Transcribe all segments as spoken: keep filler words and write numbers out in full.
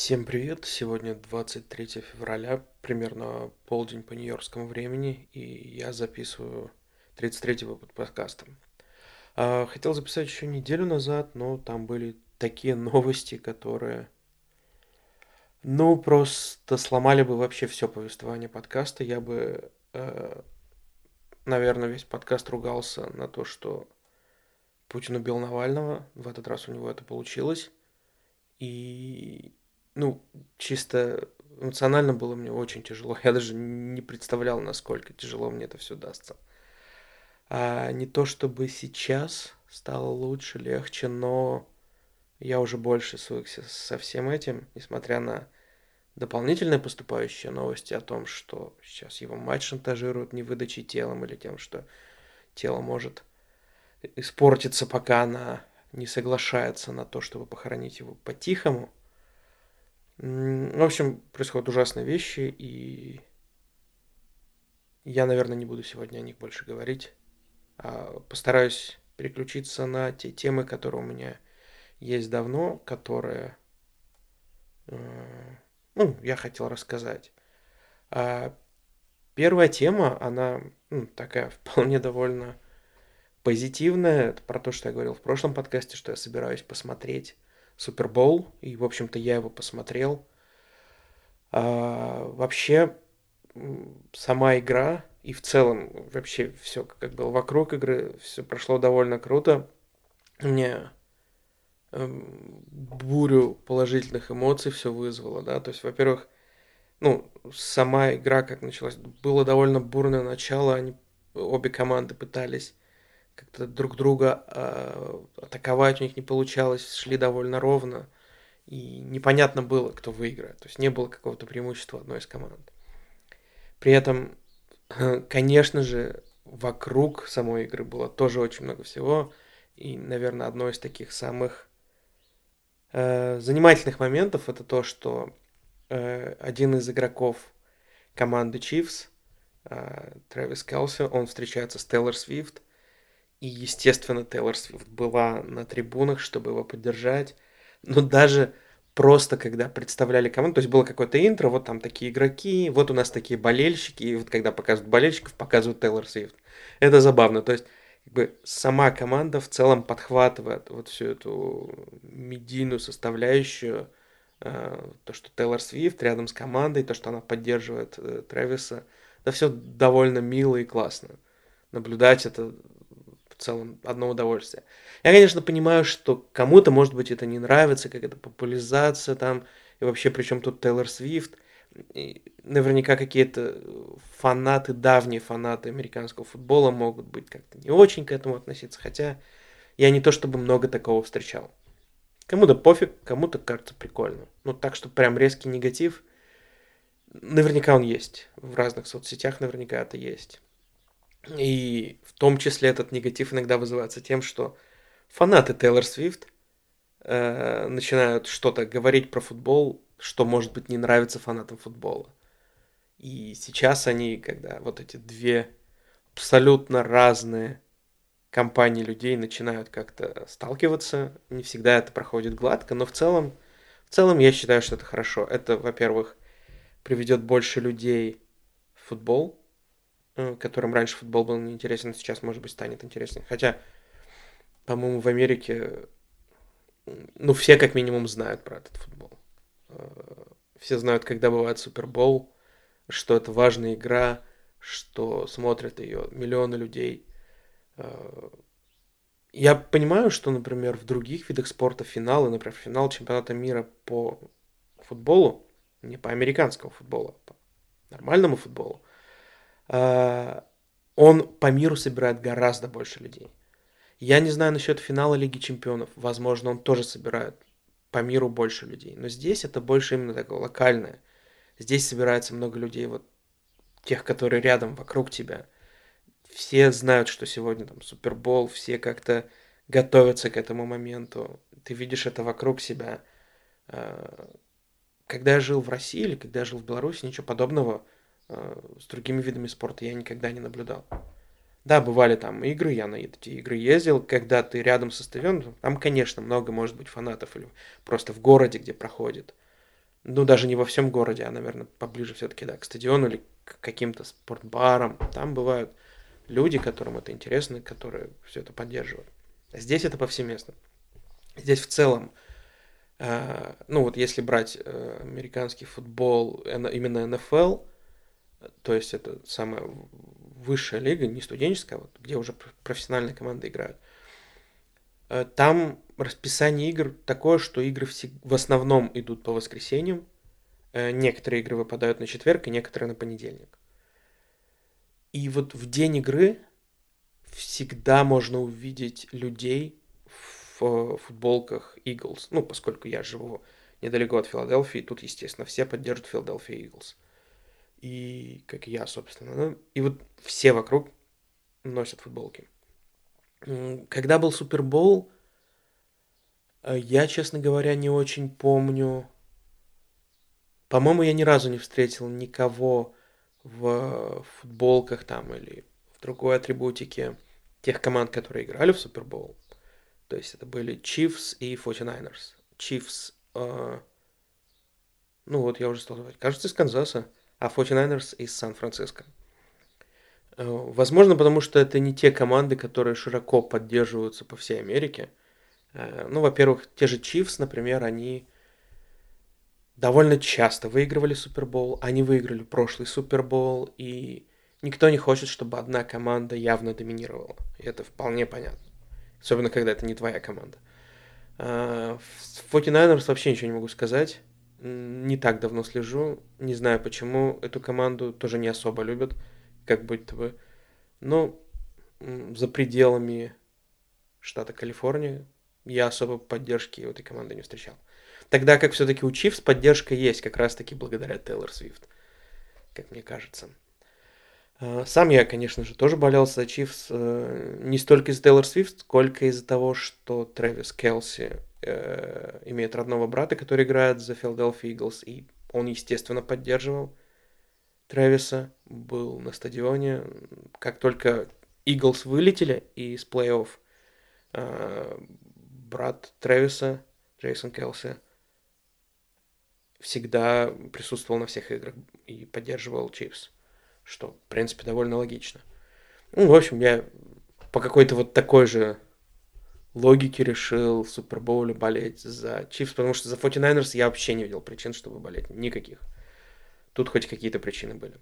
Всем привет! Сегодня двадцать третье февраля, примерно полдень по нью-йоркскому времени, и я записываю тридцать третий выпуск подкаста. А, Хотел записать еще неделю назад, но там были такие новости, которые, ну, просто сломали бы вообще все повествование подкаста. Я бы, э, наверное, весь подкаст ругался на то, что Путин убил Навального. В этот раз у него это получилось. И, ну, чисто эмоционально было мне очень тяжело. Я даже не представлял, насколько тяжело мне это все дастся. А не то чтобы сейчас стало лучше, легче, но я уже больше свыкся со всем этим, несмотря на дополнительные поступающие новости о том, что сейчас его мать шантажирует невыдачей телом или тем, что тело может испортиться, пока она не соглашается на то, чтобы похоронить его по-тихому. В общем, происходят ужасные вещи, и я, наверное, не буду сегодня о них больше говорить. А постараюсь переключиться на те темы, которые у меня есть давно, которые, ну, я хотел рассказать. А первая тема, она ну, такая вполне довольно позитивная. Это про то, что я говорил в прошлом подкасте, что я собираюсь посмотреть Супербол, и, в общем-то, я его посмотрел. А, вообще, сама игра и в целом вообще все как было вокруг игры, все прошло довольно круто. Мне эм, бурю положительных эмоций все вызвало, да, то есть, во-первых, ну, сама игра как началась, было довольно бурное начало, они, обе команды пытались как-то друг друга э, атаковать, у них не получалось, шли довольно ровно, и непонятно было, кто выиграет, то есть не было какого-то преимущества одной из команд. При этом, конечно же, вокруг самой игры было тоже очень много всего. И, наверное, одно из таких самых э, занимательных моментов это то, что э, один из игроков команды Chiefs, э, Трэвис Келси, он встречается с Тейлор Свифт. И, естественно, Тейлор Свифт была на трибунах, чтобы его поддержать. Но даже просто когда представляли команду, то есть было какое-то интро, вот там такие игроки, вот у нас такие болельщики, и вот когда показывают болельщиков, показывают Тейлор Свифт. Это забавно, то есть как бы сама команда в целом подхватывает вот всю эту медийную составляющую, э, то, что Тейлор Свифт рядом с командой, то, что она поддерживает э, Трэвиса, это все довольно мило и классно. Наблюдать это в целом одно удовольствие. Я, конечно, понимаю, что кому-то, может быть, это не нравится, как это популяризация там, и вообще, причем тут Тейлор Свифт. И наверняка какие-то фанаты, давние фанаты американского футбола могут быть как-то не очень к этому относиться, хотя я не то чтобы много такого встречал. Кому-то пофиг, кому-то кажется прикольно. Ну, так что прям резкий негатив, наверняка он есть. В разных соцсетях наверняка это есть. И в том числе этот негатив иногда вызывается тем, что фанаты Тейлор Свифт э, начинают что-то говорить про футбол, что, может быть, не нравится фанатам футбола. И сейчас они, когда вот эти две абсолютно разные компании людей начинают как-то сталкиваться, не всегда это проходит гладко, но в целом, в целом я считаю, что это хорошо. Это, во-первых, приведет больше людей в футбол, которым раньше футбол был неинтересен, а сейчас, может быть, станет интереснее. Хотя, по-моему, в Америке, ну, все как минимум знают про этот футбол. Все знают, когда бывает Супербол, что это важная игра, что смотрят ее миллионы людей. Я понимаю, что, например, в других видах спорта финалы, например, финал чемпионата мира по футболу, не по американскому футболу, а по нормальному футболу, он по миру собирает гораздо больше людей. Я не знаю насчет финала Лиги Чемпионов. Возможно, он тоже собирает по миру больше людей. Но здесь это больше именно такое локальное. Здесь собирается много людей, вот тех, которые рядом, вокруг тебя. Все знают, что сегодня там Супербол, все как-то готовятся к этому моменту. Ты видишь это вокруг себя. Когда я жил в России или когда я жил в Беларуси, ничего подобного с другими видами спорта я никогда не наблюдал. Да, бывали там игры, я на эти игры ездил, когда ты рядом со стадионом, там, конечно, много может быть фанатов, или просто в городе, где проходит. Ну, даже не во всем городе, а, наверное, поближе все-таки, да, к стадиону или к каким-то спортбарам. Там бывают люди, которым это интересно, которые все это поддерживают. А здесь это повсеместно. Здесь в целом, э, ну вот если брать э, американский футбол, эн- именно эн эф эл, то есть это самая высшая лига, не студенческая, вот, где уже профессиональные команды играют, э, там расписание игр такое, что игры всег- в основном идут по воскресеньям, э, некоторые игры выпадают на четверг, и некоторые на понедельник. И вот в день игры всегда можно увидеть людей в футболках Eagles. Ну, поскольку я живу недалеко от Филадельфии, тут, естественно, все поддерживают Филадельфия Eagles. И как и я, собственно. Ну, и вот все вокруг носят футболки. Когда был Супербол, я, честно говоря, не очень помню. По-моему, я ни разу не встретил никого в футболках там или в другой атрибутике тех команд, которые играли в Супербол. То есть это были Chiefs и форти-найнерс. Chiefs, э, ну вот я уже стал говорить, кажется, из Канзаса, а форти-найнерс из Сан-Франциско. Э, возможно, потому что это не те команды, которые широко поддерживаются по всей Америке. Э, ну, во-первых, те же Chiefs, например, они довольно часто выигрывали Супербол. Они выиграли прошлый Супербол, и никто не хочет, чтобы одна команда явно доминировала. И это вполне понятно. Особенно, когда это не твоя команда. В форти-найнерс вообще ничего не могу сказать. Не так давно слежу. Не знаю почему. Эту команду тоже не особо любят. Как будто бы. Но за пределами штата Калифорния я особо поддержки у этой команды не встречал. Тогда как все-таки у Chiefs поддержка есть, как раз-таки благодаря Тейлор Свифт, как мне кажется. Сам я, конечно же, тоже болел за Чифс не столько из-за Тейлор Свифт, сколько из-за того, что Трэвис Келси э, имеет родного брата, который играет за Филадельфия Иглс, и он, естественно, поддерживал Трэвиса, был на стадионе. Как только Иглс вылетели из плей-офф, э, брат Трэвиса, Джейсон Келси, всегда присутствовал на всех играх и поддерживал Чифс, что, в принципе, довольно логично. Ну, в общем, я по какой-то вот такой же логике решил в Супербоуле болеть за Чифс, потому что за форти-найнерс я вообще не видел причин, чтобы болеть. Никаких. Тут хоть какие-то причины были.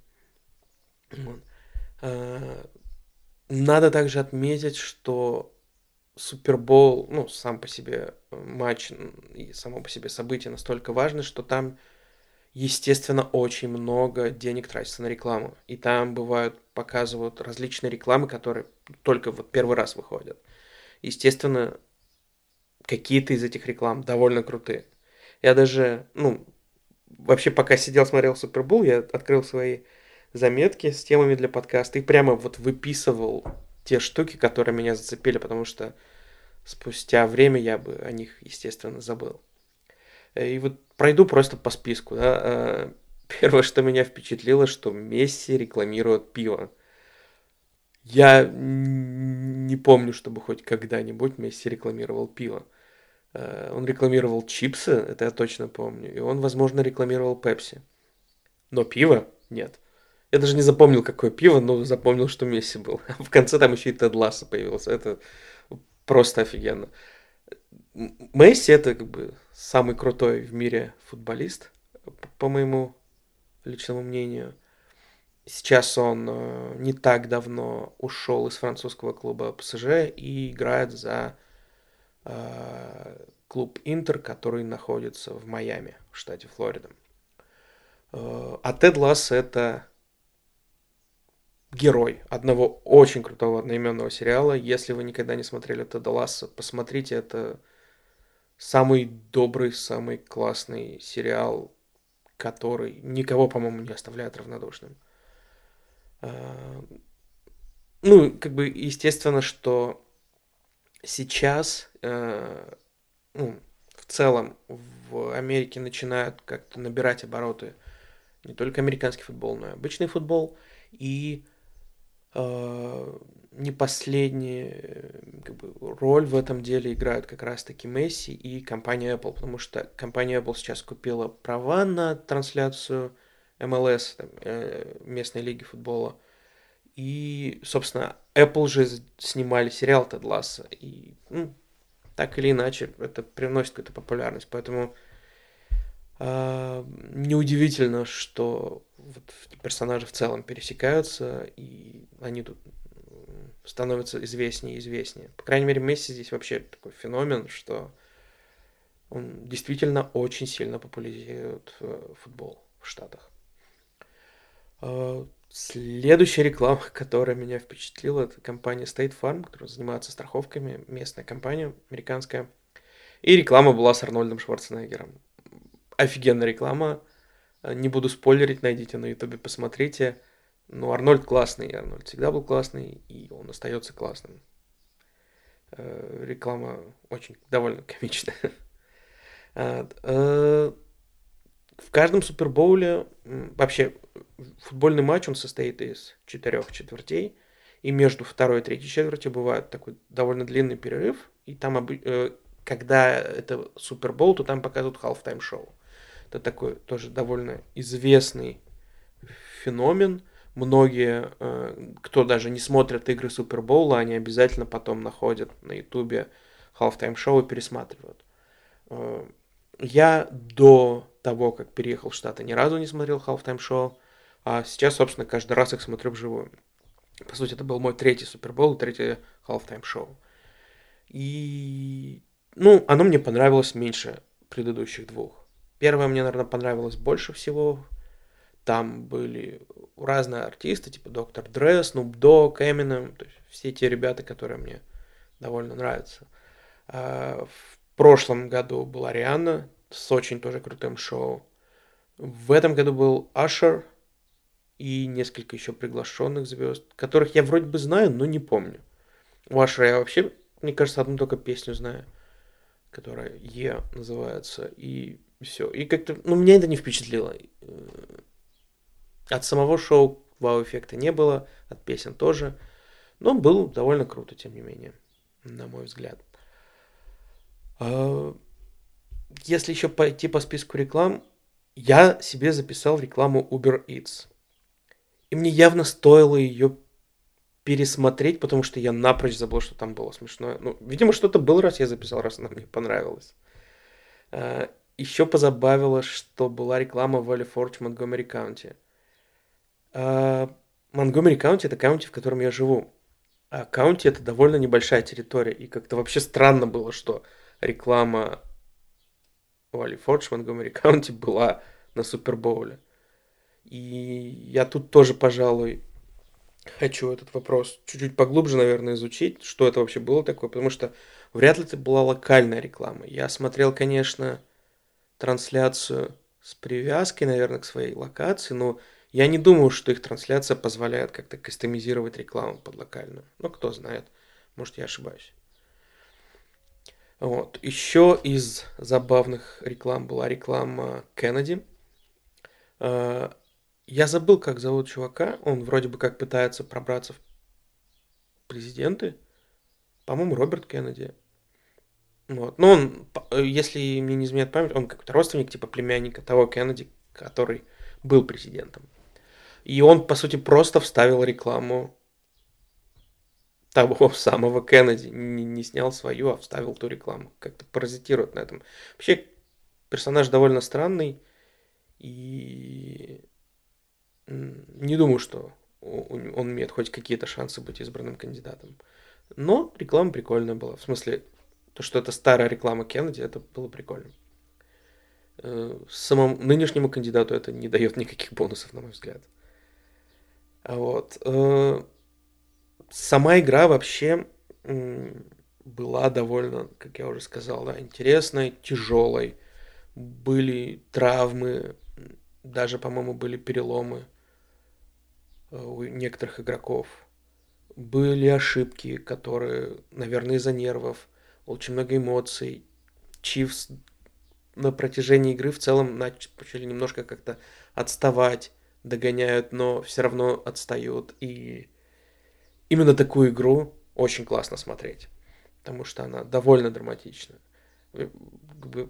Надо также отметить, что Супербол, ну, сам по себе матч и само по себе событие настолько важно, что там, естественно, очень много денег тратится на рекламу. И там бывают, показывают различные рекламы, которые только вот первый раз выходят. Естественно, какие-то из этих реклам довольно крутые. Я даже, ну, вообще пока сидел, смотрел Супербол, я открыл свои заметки с темами для подкаста и прямо вот выписывал те штуки, которые меня зацепили, потому что спустя время я бы о них, естественно, забыл. И вот пройду просто по списку. Да. Первое, что меня впечатлило, что Месси рекламирует пиво. Я не помню, чтобы хоть когда-нибудь Месси рекламировал пиво. Он рекламировал чипсы, это я точно помню. И он, возможно, рекламировал Пепси. Но пиво нет. Я даже не запомнил, какое пиво, но запомнил, что Месси был. В конце там еще и Тед Лассо появился. Это просто офигенно. Месси это как бы самый крутой в мире футболист, по моему личному мнению. Сейчас он не так давно ушел из французского клуба ПСЖ и играет за клуб Интер, который находится в Майами, в штате Флорида. А Тед Лассо это герой одного очень крутого одноименного сериала. Если вы никогда не смотрели Теда Лассо, посмотрите, это самый добрый, самый классный сериал, который никого, по-моему, не оставляет равнодушным. Ну, как бы, естественно, что сейчас, э, ну, в целом, в Америке начинают как-то набирать обороты не только американский футбол, но и обычный футбол. И э, не последнюю как бы, роль в этом деле играют как раз-таки Месси и компания Apple, потому что компания Apple сейчас купила права на трансляцию эм эл эс, там, э, местной лиги футбола. И, собственно, Apple же снимали сериал Тед Лассо. И, ну, так или иначе, это приносит какую-то популярность. Поэтому э, неудивительно, что вот персонажи в целом пересекаются, и они тут становятся известнее и известнее. По крайней мере, Месси здесь вообще такой феномен, что он действительно очень сильно популяризирует футбол в Штатах. Следующая реклама, которая меня впечатлила, это компания State Farm, которая занимается страховками, местная компания, американская. И реклама была с Арнольдом Шварценеггером. Офигенная реклама. Не буду спойлерить, найдите на ютубе, посмотрите. Но Арнольд классный, Арнольд всегда был классный, и он остается классным. Реклама очень довольно комичная. В каждом супербоуле, вообще, футбольный матч, он состоит из четырех четвертей, и между второй и третьей четвертью бывает такой довольно длинный перерыв, и там, когда это супербоул, то там показывают halftime шоу. Это такой тоже довольно известный феномен. Многие, кто даже не смотрит игры супербоула, они обязательно потом находят на ютубе halftime шоу и пересматривают. Я до того, как переехал в Штаты, ни разу не смотрел halftime шоу, а сейчас, собственно, каждый раз их смотрю вживую. По сути, это был мой третий супербол, третий halftime шоу. И, ну, оно мне понравилось меньше предыдущих двух. Первое мне, наверное, понравилось больше всего. Там были разные артисты, типа доктор Dre, Snoop Dogg, Eminem, то есть все те ребята, которые мне довольно нравятся. В прошлом году была Рианна с очень тоже крутым шоу. В этом году был Ашер и несколько еще приглашенных звезд, которых я вроде бы знаю, но не помню. У Ашера я вообще, мне кажется, одну только песню знаю, которая Е называется, и все. И как-то, ну, меня это не впечатлило. От самого шоу вау-эффекта не было, от песен тоже, но был довольно круто, тем не менее, на мой взгляд. Если еще пойти по списку реклам, я себе записал рекламу Uber Eats. И мне явно стоило ее пересмотреть, потому что я напрочь забыл, что там было смешное. Ну, видимо, что-то было, раз я записал, раз она мне понравилась. Еще позабавило, что была реклама в Valley Forge в Монтгомери Каунти. Монтгомери Каунти — это каунти, в котором я живу. А каунти — это довольно небольшая территория. И как-то вообще странно было, что реклама Valley Forge в Монтгомери Каунти была на Супербоуле. И я тут тоже, пожалуй, хочу этот вопрос чуть-чуть поглубже, наверное, изучить, что это вообще было такое, потому что вряд ли это была локальная реклама. Я смотрел, конечно, трансляцию с привязкой, наверное, к своей локации, но я не думаю, что их трансляция позволяет как-то кастомизировать рекламу под локальную. Ну, кто знает, может, я ошибаюсь. Вот. Еще из забавных реклам была реклама Кеннеди. Я забыл, как зовут чувака. Он вроде бы как пытается пробраться в президенты. По-моему, Роберт Кеннеди. Вот. Но он, если мне не изменяет память, он какой-то родственник, типа племянника того Кеннеди, который был президентом. И он, по сути, просто вставил рекламу того самого Кеннеди. Не, не снял свою, а вставил ту рекламу. Как-то паразитирует на этом. Вообще, персонаж довольно странный. И не думаю, что он имеет хоть какие-то шансы быть избранным кандидатом. Но реклама прикольная была. В смысле, то, что это старая реклама Кеннеди, это было прикольно. Самому нынешнему кандидату это не дает никаких бонусов, на мой взгляд. А вот. Сама игра вообще была довольно, как я уже сказал, да, интересной, тяжелой. Были травмы, даже, по-моему, были переломы у некоторых игроков. Были ошибки, которые, наверное, из-за нервов, очень много эмоций. Чивс на протяжении игры в целом начали немножко как-то отставать, догоняют, но все равно отстают. И именно такую игру очень классно смотреть, потому что она довольно драматична. Как бы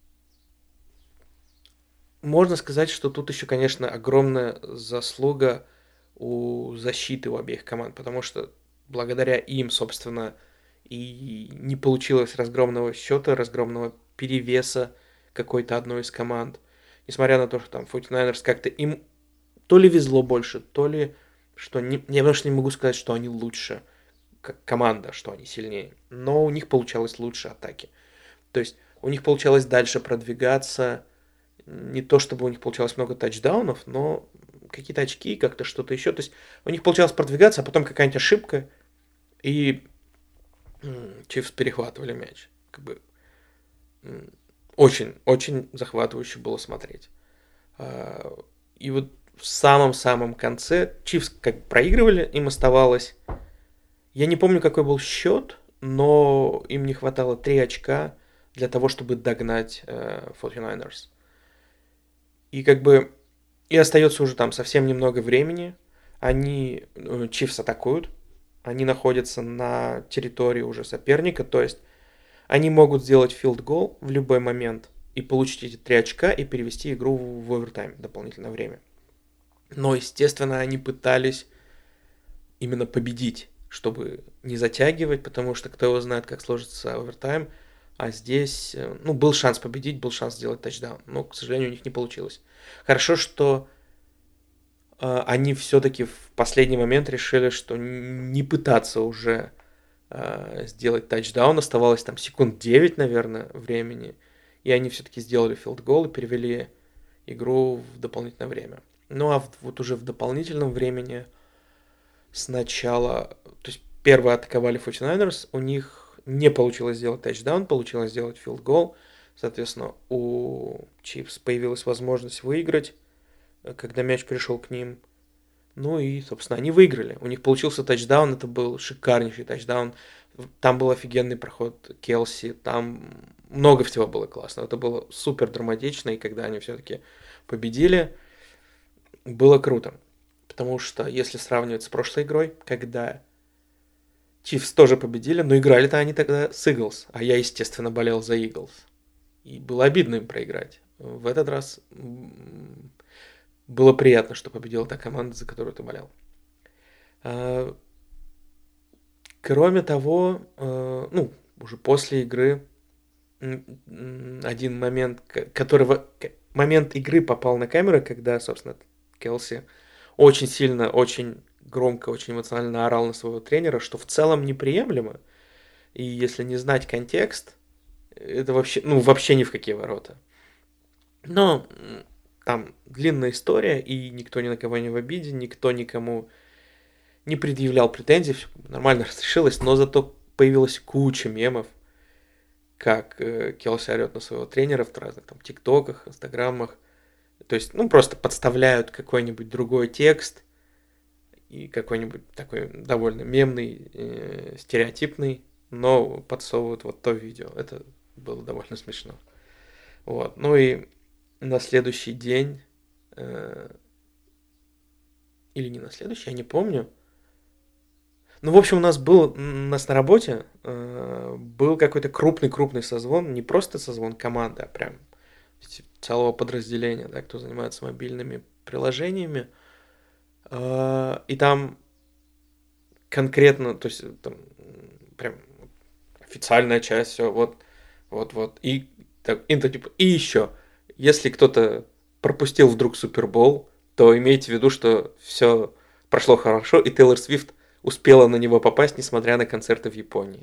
можно сказать, что тут еще, конечно, огромная заслуга у защиты у обеих команд, потому что благодаря им, собственно, и не получилось разгромного счета, разгромного перевеса какой-то одной из команд. Несмотря на то, что там форти найнерс как-то им то ли везло больше, то ли что... Не, я потому что не могу сказать, что они лучше, как команда, что они сильнее. Но у них получалось лучше атаки. То есть у них получалось дальше продвигаться. Не то, чтобы у них получалось много тачдаунов, но какие-то очки, как-то что-то еще. То есть у них получалось продвигаться, а потом какая-нибудь ошибка, и Чифс перехватывали мяч. Как бы очень, очень захватывающе было смотреть. И вот в самом-самом конце Чифс как проигрывали, им оставалось... Я не помню, какой был счет, но им не хватало три очка для того, чтобы догнать э, форти найнерс. И как бы... И остается уже там совсем немного времени. Они... Чифс атакуют. Они находятся на территории уже соперника. То есть они могут сделать филд-гол в любой момент и получить эти три очка и перевести игру в овертайм, дополнительное время. Но, естественно, они пытались именно победить, чтобы не затягивать, потому что кто его знает, как сложится овертайм. А здесь, ну, был шанс победить, был шанс сделать тачдаун. Но, к сожалению, у них не получилось. Хорошо, что э, они все-таки в последний момент решили, что не пытаться уже э, сделать тачдаун. Оставалось там секунд девять, наверное, времени. И они все-таки сделали филд-гол и перевели игру в дополнительное время. Ну, а в, вот уже в дополнительном времени сначала... То есть первые атаковали форти найнерс, у них не получилось сделать тачдаун, получилось сделать филд-гол. Соответственно, у Чифс появилась возможность выиграть, когда мяч пришел к ним. Ну и, собственно, они выиграли. У них получился тачдаун, это был шикарнейший тачдаун. Там был офигенный проход Келси, там много всего было классно. Это было супер драматично, и когда они все-таки победили, было круто. Потому что, если сравнивать с прошлой игрой, когда Чифс тоже победили, но играли-то они тогда с Иглс, а я, естественно, болел за Иглс. И было обидно им проиграть. В этот раз было приятно, что победила та команда, за которую ты болел. Кроме того, ну, уже после игры один момент, который... Момент игры попал на камеру, когда, собственно, Келси очень сильно, очень громко, очень эмоционально орал на своего тренера, что в целом неприемлемо. И если не знать контекст, это вообще, ну, вообще ни в какие ворота. Но там длинная история, и никто ни на кого не в обиде, никто никому не предъявлял претензий, все нормально разрешилось, но зато появилась куча мемов, как э, Келси орет на своего тренера в разных там тиктоках, инстаграмах. То есть, ну, просто подставляют какой-нибудь другой текст и какой-нибудь такой довольно мемный, э, стереотипный, но подсовывают вот то видео. Это было довольно смешно. Вот. Ну и на следующий день, э, или не на следующий, я не помню. Ну, в общем, у нас был, у нас на работе э, был какой-то крупный-крупный созвон, не просто созвон команды, а прям целого подразделения, да, кто занимается мобильными приложениями. Э, и там конкретно, то есть там прям официальная часть, все, вот, вот, вот. И, так, и, типа, и еще, если кто-то пропустил вдруг Супербол, то имейте в виду, что все прошло хорошо, и Тейлор Свифт успела на него попасть, несмотря на концерты в Японии.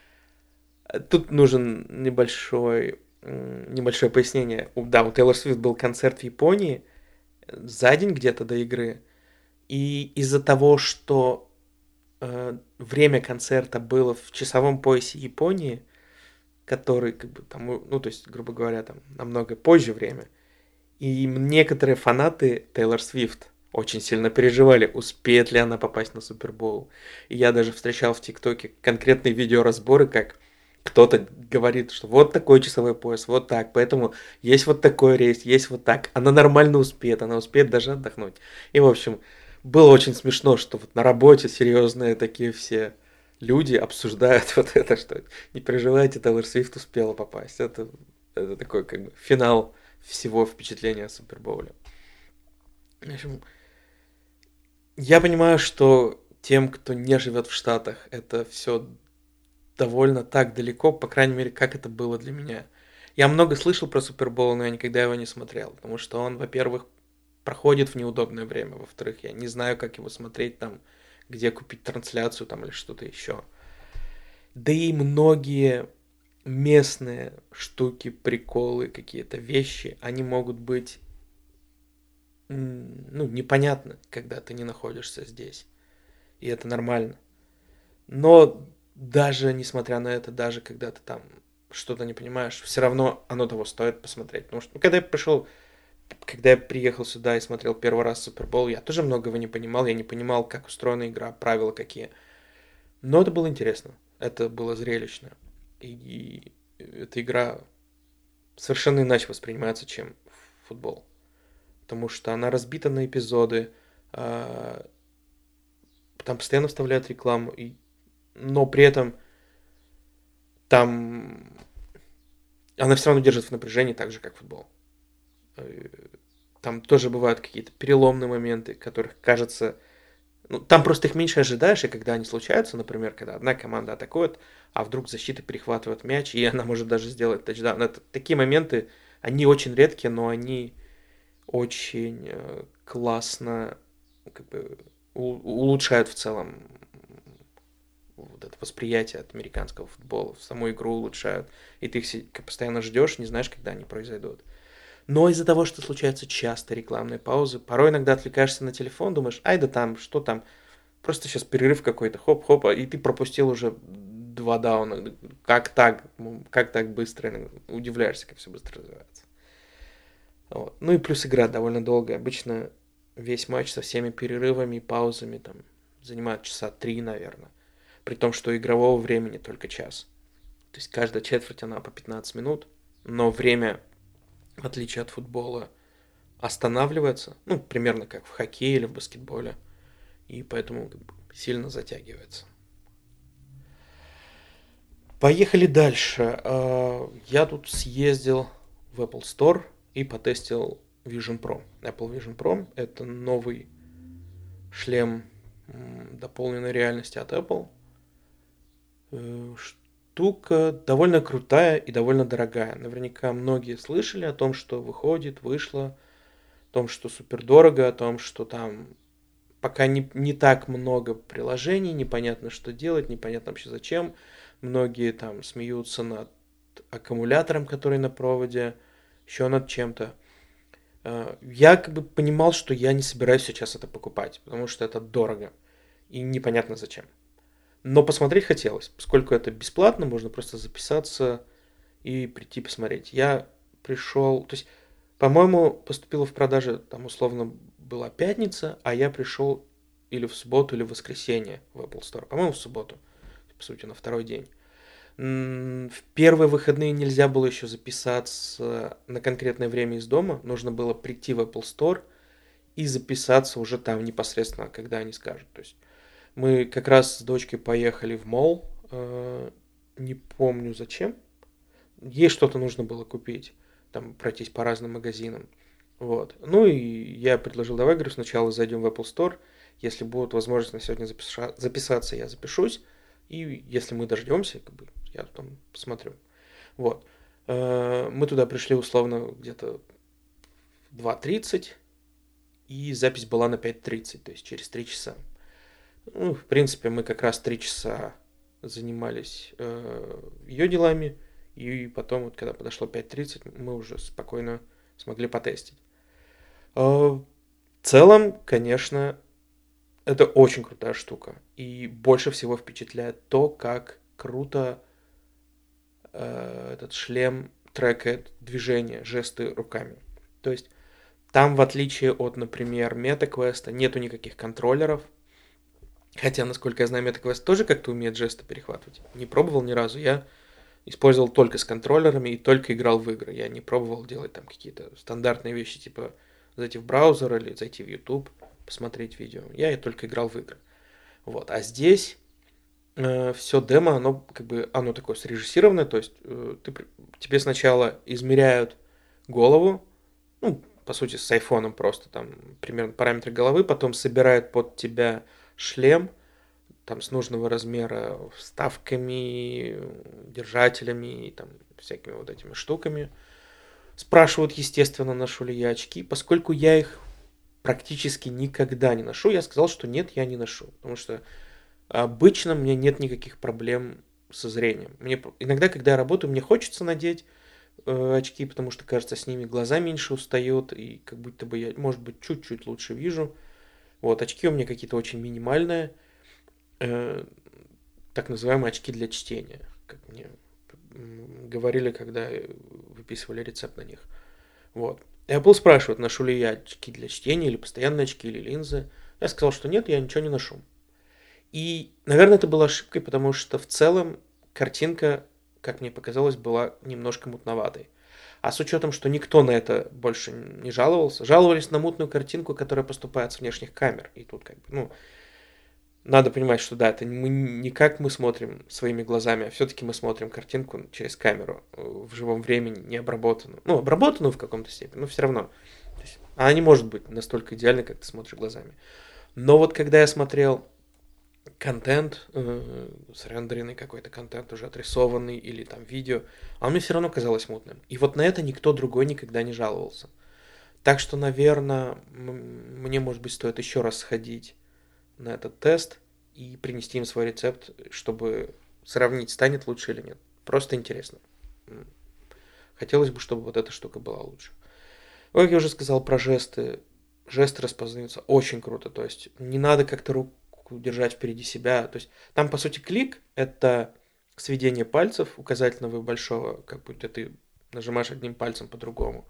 Тут нужен небольшой, небольшое пояснение. Да, у Тейлор Свифт был концерт в Японии за день где-то до игры. И из-за того, что э, время концерта было в часовом поясе Японии, который, как бы, там, ну, то есть, грубо говоря, там намного позже время, и некоторые фанаты Тейлор Свифт очень сильно переживали, успеет ли она попасть на Супербоул. И я даже встречал в ТикТоке конкретные видеоразборы, как кто-то говорит, что вот такой часовой пояс, вот так, поэтому есть вот такой рейс, есть вот так. Она нормально успеет, она успеет даже отдохнуть. И, в общем, было очень смешно, что вот на работе серьезные такие все люди обсуждают вот это, что не переживайте, Тейлор Свифт успела попасть. Это, это такой как бы финал всего впечатления о Супербоуле. В общем, я понимаю, что тем, кто не живет в Штатах, это все довольно так далеко, по крайней мере, как это было для меня. Я много слышал про Супербоул, но я никогда его не смотрел, потому что он, во-первых, проходит в неудобное время, во-вторых, я не знаю, как его смотреть там, где купить трансляцию там или что-то еще. Да и многие местные штуки, приколы, какие-то вещи, они могут быть, ну, непонятны, когда ты не находишься здесь. И это нормально. Но даже несмотря на это, даже когда ты там что-то не понимаешь, все равно оно того стоит посмотреть. Потому что, ну, когда я пришел, когда я приехал сюда и смотрел первый раз Супербол, я тоже многого не понимал. Я не понимал, как устроена игра, правила какие. Но это было интересно. Это было зрелищно. И, и эта игра совершенно иначе воспринимается, чем футбол. Потому что она разбита на эпизоды, там постоянно вставляют рекламу, и... но при этом там она все равно держит в напряжении так же, как футбол. Там тоже бывают какие-то переломные моменты, которых кажется... Ну, там просто их меньше ожидаешь, и когда они случаются, например, когда одна команда атакует, а вдруг защита перехватывает мяч, и она может даже сделать тачдаун. Это, такие моменты, они очень редкие, но они очень э, классно как бы, у, улучшают в целом вот это восприятие от американского футбола, саму игру улучшают, и ты их постоянно ждешь, не знаешь, когда они произойдут. Но из-за того, что случаются часто рекламные паузы, порой иногда отвлекаешься на телефон, думаешь, ай да там, что там, просто сейчас перерыв какой-то, хоп-хоп, и ты пропустил уже два дауна. Как так? Как так быстро? Удивляешься, как все быстро развивается. Вот. Ну и плюс игра довольно долгая. Обычно весь матч со всеми перерывами и паузами там занимает часа три, наверное. При том, что игрового времени только час. То есть каждая четверть она по пятнадцать минут, но время, в отличие от футбола, останавливается, ну, примерно как в хоккее или в баскетболе, и поэтому сильно затягивается. Поехали дальше. Я тут съездил в Apple Store и потестил Vision Pro. Apple Vision Pro – это новый шлем дополненной реальности от Apple. Штука довольно крутая и довольно дорогая. Наверняка многие слышали о том, что выходит, вышло, о том, что супер дорого, о том, что там пока не, не так много приложений, непонятно, что делать, непонятно вообще зачем. Многие там смеются над аккумулятором, который на проводе, еще над чем-то. Я как бы понимал, что я не собираюсь сейчас это покупать, потому что это дорого и непонятно зачем. Но посмотреть хотелось, поскольку это бесплатно, можно просто записаться и прийти посмотреть. Я пришел, то есть, по-моему, поступила в продаже, там условно была пятница, а я пришел или в субботу, или в воскресенье в Apple Store. По-моему, в субботу, по сути, на второй день. В первые выходные нельзя было еще записаться на конкретное время из дома. Нужно было прийти в Apple Store и записаться уже там непосредственно, когда они скажут. То есть мы как раз с дочкой поехали в молл, не помню зачем. Ей что-то нужно было купить, там пройтись по разным магазинам. Вот. Ну и я предложил, давай, говорю, сначала зайдем в Apple Store. Если будет возможность на сегодня запиша- записаться, я запишусь. И если мы дождемся, как бы, я там посмотрю. Вот. Мы туда пришли условно где-то в два тридцать, и запись была на пять тридцать, то есть через три часа. Ну, в принципе, мы как раз три часа занимались э, ее делами, и потом, вот, когда подошло пять тридцать, мы уже спокойно смогли потестить. Э, в целом, конечно, это очень крутая штука. И больше всего впечатляет то, как круто э, этот шлем трекает движение, жесты руками. То есть там, в отличие от, например, MetaQuest, нету никаких контроллеров. Хотя, насколько я знаю, MetaQuest тоже как-то умеет жесты перехватывать. Не пробовал ни разу. Я использовал только с контроллерами и только играл в игры. Я не пробовал делать там какие-то стандартные вещи, типа зайти в браузер или зайти в YouTube. посмотреть видео. Я и только играл в игры. Вот. А здесь э, все демо, оно как бы оно такое срежиссированное, то есть э, ты, тебе сначала измеряют голову, ну, по сути, с айфоном просто там примерно параметры головы, потом собирают под тебя шлем, там с нужного размера вставками, держателями и там всякими вот этими штуками. Спрашивают, естественно, ношу ли я очки. Поскольку я их практически никогда не ношу, я сказал, что нет, я не ношу. Потому что обычно мне нет никаких проблем со зрением. Мне иногда, когда я работаю, мне хочется надеть э, очки, потому что, кажется, с ними глаза меньше устают, и как будто бы я, может быть, чуть-чуть лучше вижу. Вот, очки у меня какие-то очень минимальные, э, так называемые очки для чтения, как мне говорили, когда выписывали рецепт на них. Вот. Apple спрашивает, ношу ли я очки для чтения, или постоянные очки, или линзы. Я сказал, что нет, я ничего не ношу. И, наверное, это была ошибкой, потому что в целом картинка, как мне показалось, была немножко мутноватой. А с учетом, что никто на это больше не жаловался, жаловались на мутную картинку, которая поступает с внешних камер. И тут как бы, ну, надо понимать, что да, это мы, не как мы смотрим своими глазами, а все-таки мы смотрим картинку через камеру в живом времени, не обработанную. Ну, обработанную в каком-то степени, но все равно. То есть, она не может быть настолько идеальной, как ты смотришь глазами. Но вот когда я смотрел контент, э, срендеренный какой-то контент, уже отрисованный, или там видео, а он мне все равно казалось мутным. И вот на это никто другой никогда не жаловался. Так что, наверное, мне, может быть, стоит еще раз сходить на этот тест и принести им свой рецепт, чтобы сравнить, станет лучше или нет. Просто интересно. Хотелось бы, чтобы вот эта штука была лучше. Как я уже сказал про жесты, жесты распознаются очень круто. То есть не надо как-то руку держать впереди себя. То есть там, по сути, клик — это сведение пальцев, указательного и большого, как будто ты нажимаешь одним пальцем по-другому.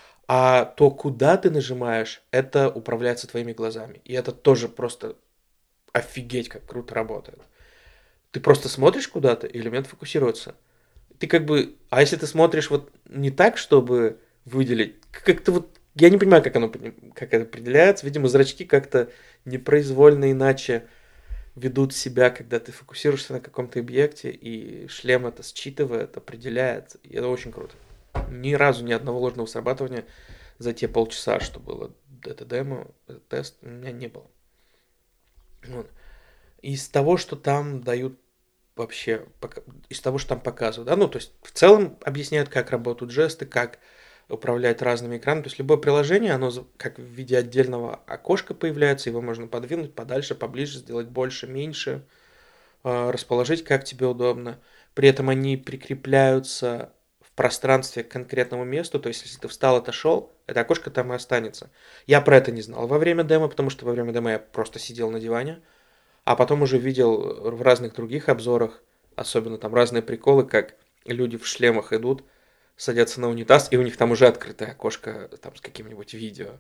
А то, куда ты нажимаешь, это управляется твоими глазами. И это тоже просто офигеть, как круто работает. Ты просто смотришь куда-то, и элемент фокусируется. Ты как бы... А если ты смотришь вот не так, чтобы выделить... Как-то вот... Я не понимаю, как оно как это определяется. Видимо, зрачки как-то непроизвольно иначе ведут себя, когда ты фокусируешься на каком-то объекте, и шлем это считывает, определяет. И это очень круто. Ни разу ни одного ложного срабатывания за те полчаса, что было это демо, этот тест, у меня не было. Вот. Из того, что там дают вообще, из того, что там показывают, да, ну, то есть в целом объясняют, как работают жесты, как управлять разными экранами, то есть любое приложение, оно как в виде отдельного окошка появляется, его можно подвинуть подальше, поближе, сделать больше, меньше, расположить, как тебе удобно. При этом они прикрепляются в пространстве к конкретному месту, то есть если ты встал, отошел, это окошко там и останется. Я про это не знал во время демо, потому что во время демо я просто сидел на диване, а потом уже видел в разных других обзорах, особенно там разные приколы, как люди в шлемах идут, садятся на унитаз, и у них там уже открытое окошко там, с каким-нибудь видео,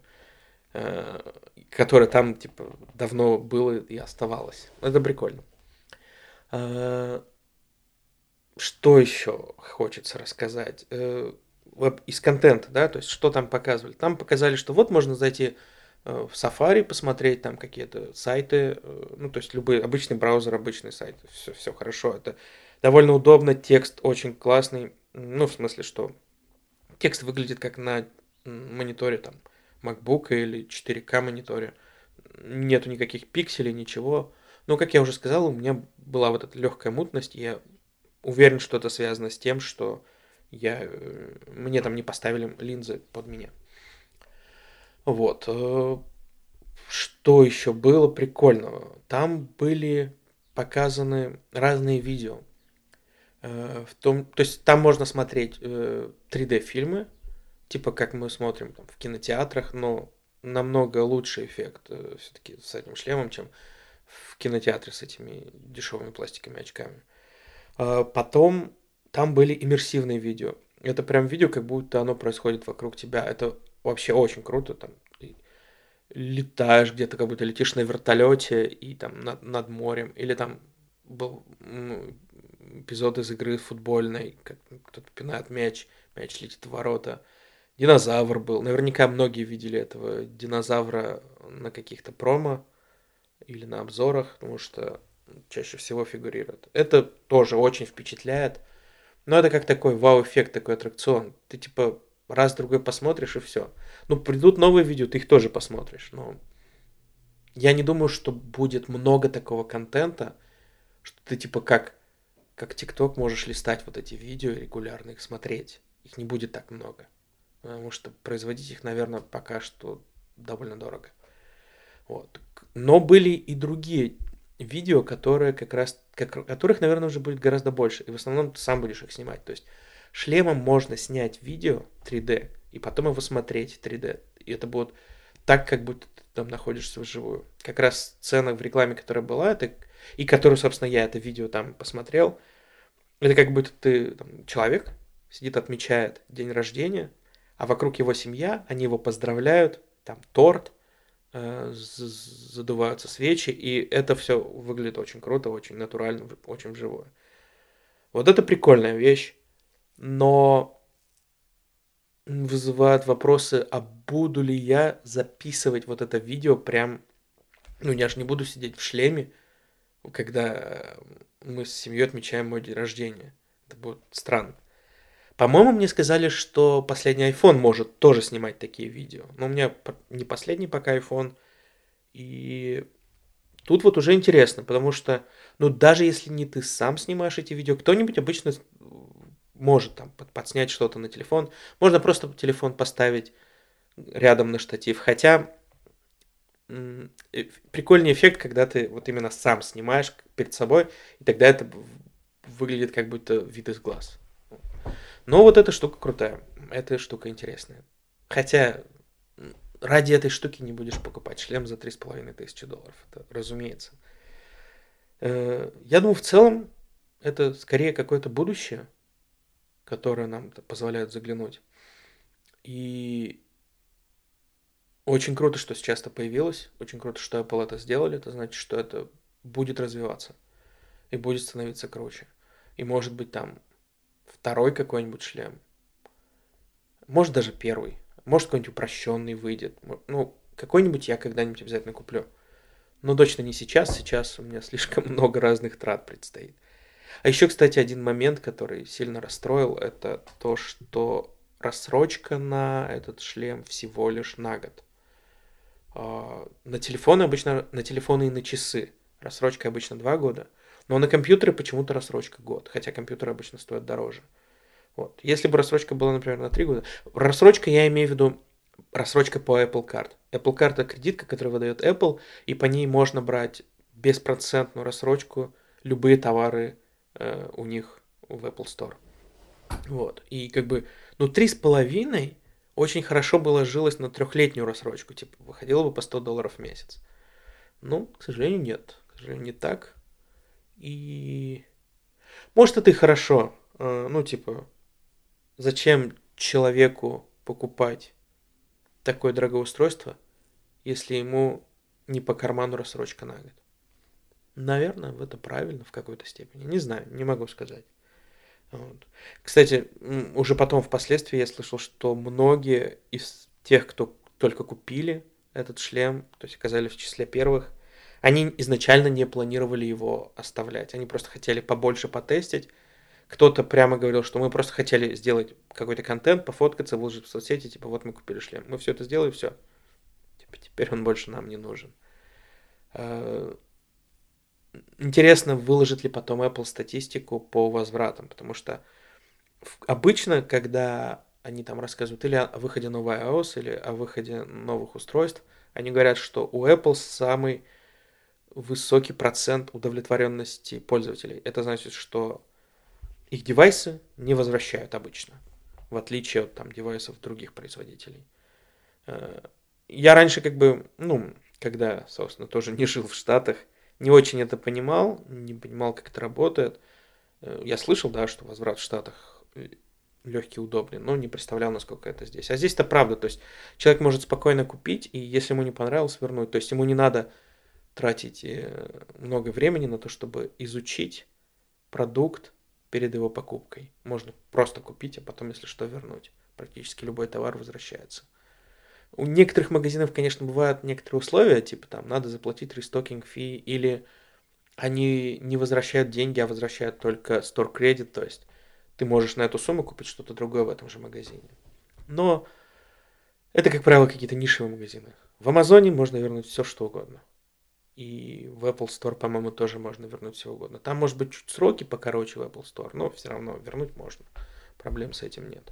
которое там типа давно было и оставалось. Это прикольно. Что еще хочется рассказать? Из контента, да, то есть что там показывали? Там показали, что вот можно зайти в Safari, посмотреть там какие-то сайты, ну, то есть любой обычный браузер, обычный сайт, все, все хорошо, это довольно удобно, текст очень классный, ну, в смысле, что текст выглядит как на мониторе там MacBook или четыре ка мониторе, нету никаких пикселей, ничего, но, как я уже сказал, у меня была вот эта легкая мутность, и я уверен, что это связано с тем, что я, мне там не поставили линзы под меня. Вот. Что еще было прикольного? Там были показаны разные видео. В том, то есть там можно смотреть три дэ-фильмы, типа как мы смотрим там, в кинотеатрах, но намного лучший эффект все-таки с этим шлемом, чем в кинотеатре с этими дешевыми пластиковыми очками. Потом там были иммерсивные видео. Это прям видео, как будто оно происходит вокруг тебя. Это вообще очень круто. Там летаешь где-то, как будто летишь на вертолете и там над, над морем. Или там был ну, эпизод из игры футбольной, как кто-то пинает мяч, мяч летит в ворота. Динозавр был. Наверняка многие видели этого динозавра на каких-то промо или на обзорах, потому что чаще всего фигурирует. Это тоже очень впечатляет. Но это как такой вау-эффект, такой аттракцион. Ты типа раз-другой посмотришь и все. Ну, придут новые видео, ты их тоже посмотришь. Но я не думаю, что будет много такого контента, что ты типа как, как ТикТок можешь листать вот эти видео и регулярно их смотреть. Их не будет так много. Потому что производить их, наверное, пока что довольно дорого. Вот. Но были и другие видео, которые как раз, как, которых, наверное, уже будет гораздо больше. И в основном ты сам будешь их снимать. То есть шлемом можно снять видео три дэ и потом его смотреть в три дэ. И это будет так, как будто ты там находишься вживую. Как раз сцена в рекламе, которая была, это, и которую, собственно, я это видео там посмотрел, это как будто ты там, человек сидит, отмечает день рождения, а вокруг его семья, они его поздравляют, там торт, э, задуваются свечи, и это все выглядит очень круто, очень натурально, очень вживую. Вот это прикольная вещь, но вызывает вопросы, а буду ли я записывать вот это видео прям, ну я же не буду сидеть в шлеме, когда мы с семьей отмечаем мой день рождения. Это будет странно. По-моему, мне сказали, что последний iPhone может тоже снимать такие видео. Но у меня не последний пока iPhone. И тут вот уже интересно, потому что, ну, даже если не ты сам снимаешь эти видео, кто-нибудь обычно может там подснять что-то на телефон. Можно просто телефон поставить рядом на штатив. Хотя прикольный эффект, когда ты вот именно сам снимаешь перед собой, и тогда это выглядит как будто вид из глаз. Но вот эта штука крутая, эта штука интересная. Хотя ради этой штуки не будешь покупать шлем за три с половиной тысячи долларов, это разумеется. Я думаю, в целом это скорее какое-то будущее, которое нам позволяет заглянуть. И очень круто, что сейчас это появилось, очень круто, что Apple это сделали, это значит, что это будет развиваться и будет становиться круче. И может быть там второй какой-нибудь шлем, может даже первый, может какой-нибудь упрощенный выйдет, ну какой-нибудь я когда-нибудь обязательно куплю. Но точно не сейчас, сейчас у меня слишком много разных трат предстоит. А еще, кстати, один момент, который сильно расстроил, это то, что рассрочка на этот шлем всего лишь на год. На телефоны обычно, на телефоны и на часы рассрочка обычно два года, но на компьютеры почему-то рассрочка год, хотя компьютеры обычно стоят дороже. Вот. Если бы рассрочка была, например, на три года, рассрочка я имею в виду рассрочка по Apple Card. Apple Card это кредитка, которую выдает Apple, и по ней можно брать беспроцентную рассрочку любые товары э, у них в Apple Store. Вот. И как бы, ну, три с половиной очень хорошо было жилось на трехлетнюю рассрочку, типа, выходило бы по сто долларов в месяц. Ну, к сожалению, нет. К сожалению, не так. И может, это и хорошо. Э, ну, типа, зачем человеку покупать такое дорогое устройство, если ему не по карману рассрочка на год? Наверное, это правильно в какой-то степени. Не знаю, не могу сказать. Вот. Кстати, уже потом впоследствии я слышал, что многие из тех, кто только купили этот шлем, то есть оказались в числе первых, они изначально не планировали его оставлять. Они просто хотели побольше потестить. Кто-то прямо говорил, что мы просто хотели сделать какой-то контент, пофоткаться, выложить в соцсети, типа вот мы купили шлем. Мы все это сделали, все. Типа, теперь он больше нам не нужен. Интересно, выложит ли потом Apple статистику по возвратам, потому что обычно, когда они там рассказывают или о выходе нового iOS, или о выходе новых устройств, они говорят, что у Apple самый высокий процент удовлетворенности пользователей. Это значит, что их девайсы не возвращают обычно, в отличие от там девайсов других производителей. Я раньше как бы, ну, когда, собственно, тоже не жил в Штатах, не очень это понимал, не понимал, как это работает. Я слышал, да, что возврат в Штатах легкий, удобный, но не представлял, насколько это здесь. А здесь-то правда, то есть человек может спокойно купить, и если ему не понравилось, вернуть. То есть ему не надо тратить много времени на то, чтобы изучить продукт перед его покупкой. Можно просто купить, а потом, если что, вернуть. практически любой товар возвращается. У некоторых магазинов, конечно, бывают некоторые условия, типа там надо заплатить рестокинг фи, или они не возвращают деньги, а возвращают только store credit, то есть ты можешь на эту сумму купить что-то другое в этом же магазине. Но это, как правило, какие-то нишевые магазины. В Амазоне можно вернуть все, что угодно. И в Apple Store, по-моему, тоже можно вернуть все угодно. Там, может быть, чуть сроки покороче в Apple Store, но все равно вернуть можно. Проблем с этим нет.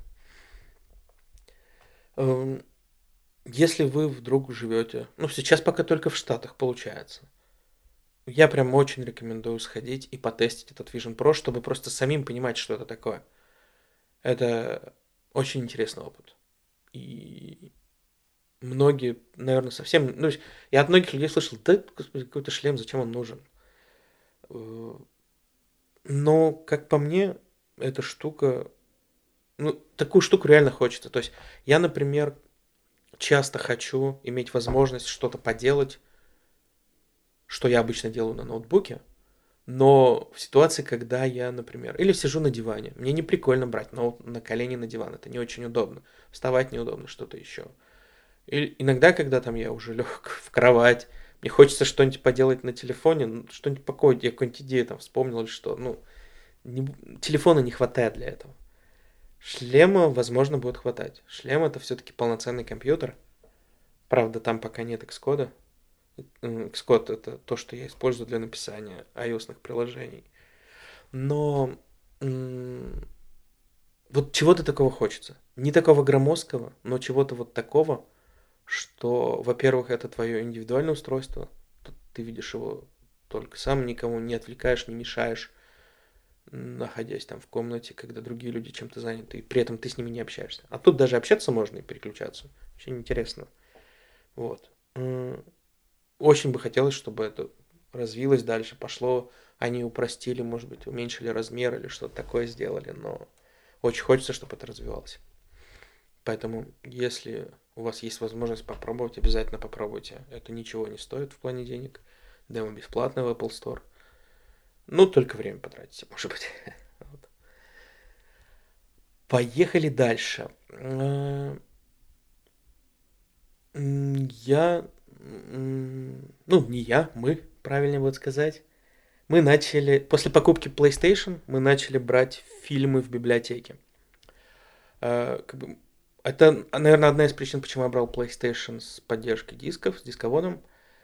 Если вы вдруг живете, ну, сейчас пока только в Штатах получается, я прям очень рекомендую сходить и потестить этот Vision Pro, чтобы просто самим понимать, что это такое. Это очень интересный опыт. И многие, наверное, совсем... Ну, я от многих людей слышал, да, господи, какой-то шлем, зачем он нужен? Но, как по мне, эта штука... Ну, такую штуку реально хочется. То есть я, например, часто хочу иметь возможность что-то поделать, что я обычно делаю на ноутбуке, но в ситуации, когда я, например, или сижу на диване, мне не прикольно брать ноут на колени на диван, это не очень удобно, вставать неудобно, что-то еще. И иногда, когда там я уже лег в кровать, мне хочется что-нибудь поделать на телефоне, что-нибудь покоить, я какую-нибудь идею там вспомнил или что, ну, не, телефона не хватает для этого. Шлема, возможно, будет хватать. Шлем это все-таки полноценный компьютер. Правда, там пока нет Xcode. Xcode это то, что я использую для написания iOS-ных приложений. Но м- вот чего-то такого хочется. Не такого громоздкого, но чего-то вот такого, что, во-первых, это твое индивидуальное устройство. Ты видишь его только сам, никому не отвлекаешь, не мешаешь, находясь там в комнате, когда другие люди чем-то заняты, и при этом ты с ними не общаешься. А тут даже общаться можно и переключаться. Очень интересно. Вот. Очень бы хотелось, чтобы это развилось дальше, пошло, они упростили, может быть, уменьшили размер или что-то такое сделали, но очень хочется, чтобы это развивалось. Поэтому, если у вас есть возможность попробовать, обязательно попробуйте. Это ничего не стоит в плане денег. Демо бесплатно в Apple Store. Ну, только время потратите, может быть. Вот. Поехали дальше. Я... Ну, не я, мы, правильно будет сказать. Мы начали... После покупки PlayStation мы начали брать фильмы в библиотеке. Как бы, это, наверное, одна из причин, почему я брал PlayStation с поддержкой дисков, с дисководом.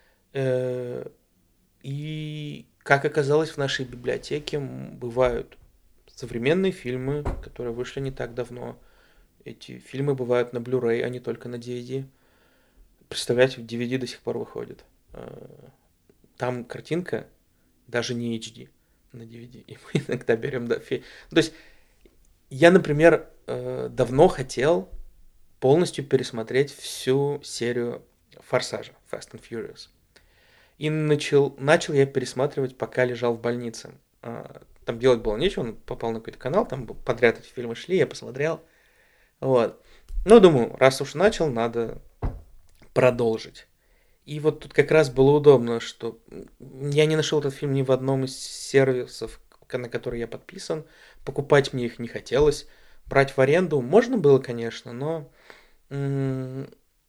И, как оказалось, в нашей библиотеке бывают современные фильмы, которые вышли не так давно. Эти фильмы бывают на Blu-ray, а не только на ди ви ди. Представляете, ди ви ди до сих пор выходит. Там картинка даже не эйч ди на ди ви ди. И мы иногда берем... Да, фи... То есть, я, например, давно хотел полностью пересмотреть всю серию Форсажа, Fast and Furious. И начал, начал я пересматривать, пока лежал в больнице. Там делать было нечего, он попал на какой-то канал, там подряд эти фильмы шли, я посмотрел. Вот. Ну, думаю, раз уж начал, надо продолжить. И вот тут как раз было удобно, что я не нашел этот фильм ни в одном из сервисов, на которые я подписан. Покупать мне их не хотелось. Брать в аренду можно было, конечно, но... М-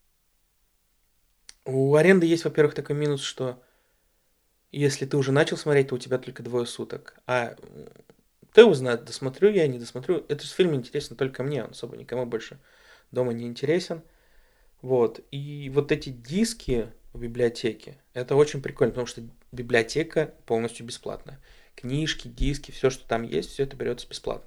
У аренды есть, во-первых, такой минус, что если ты уже начал смотреть, то у тебя только двое суток. А ты узнать, досмотрю я, не досмотрю. Этот фильм интересен только мне, он особо никому больше дома не интересен. Вот. И вот эти диски в библиотеке, это очень прикольно, потому что библиотека полностью бесплатная. Книжки, диски, все, что там есть, все это берется бесплатно.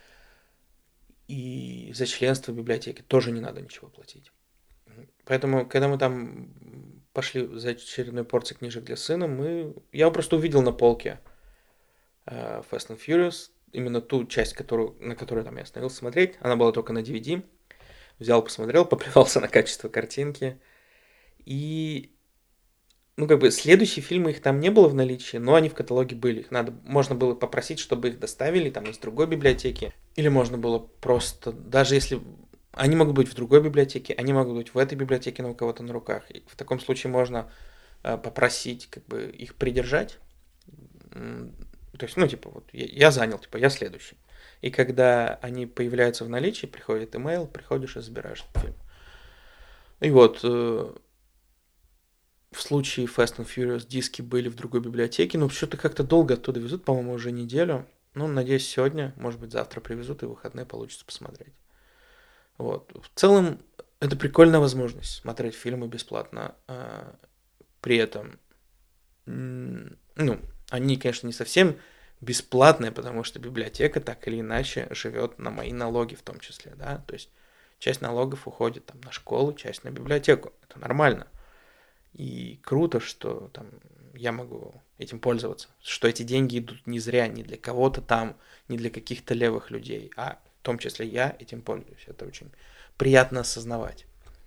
И за членство в библиотеке тоже не надо ничего платить. Поэтому, когда мы там пошли за очередной порцией книжек для сына, мы... я просто увидел на полке uh, Fast and Furious, именно ту часть, которую, на которую там я остановился смотреть. Она была только на ди ви ди. Взял, посмотрел, поплевался на качество картинки. И, ну, как бы, следующие фильмы, их там не было в наличии, но они в каталоге были. Их надо, можно было попросить, чтобы их доставили там из другой библиотеки. Или можно было просто, даже если... Они могут быть в другой библиотеке, они могут быть в этой библиотеке, но у кого-то на руках. И в таком случае можно э, попросить, как бы, их придержать. То есть, ну, типа, вот, я, я занял, типа, я следующий. И когда они появляются в наличии, приходит имейл, приходишь и забираешь этот фильм. И вот, э, в случае Fast and Furious диски были в другой библиотеке, но что-то как-то долго оттуда везут, по-моему, уже неделю. Ну, надеюсь, сегодня, может быть, завтра привезут, и в выходные получится посмотреть. Вот. В целом, это прикольная возможность смотреть фильмы бесплатно. А, при этом, м, ну, они, конечно, не совсем бесплатные, потому что библиотека так или иначе живет на мои налоги в том числе, да, то есть часть налогов уходит там на школу, часть на библиотеку, это нормально. И круто, что там я могу этим пользоваться, что эти деньги идут не зря, не для кого-то там, не для каких-то левых людей, а в том числе я этим пользуюсь. Это очень приятно осознавать.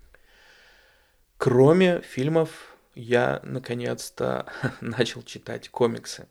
Кроме фильмов, я наконец-то начал читать комиксы.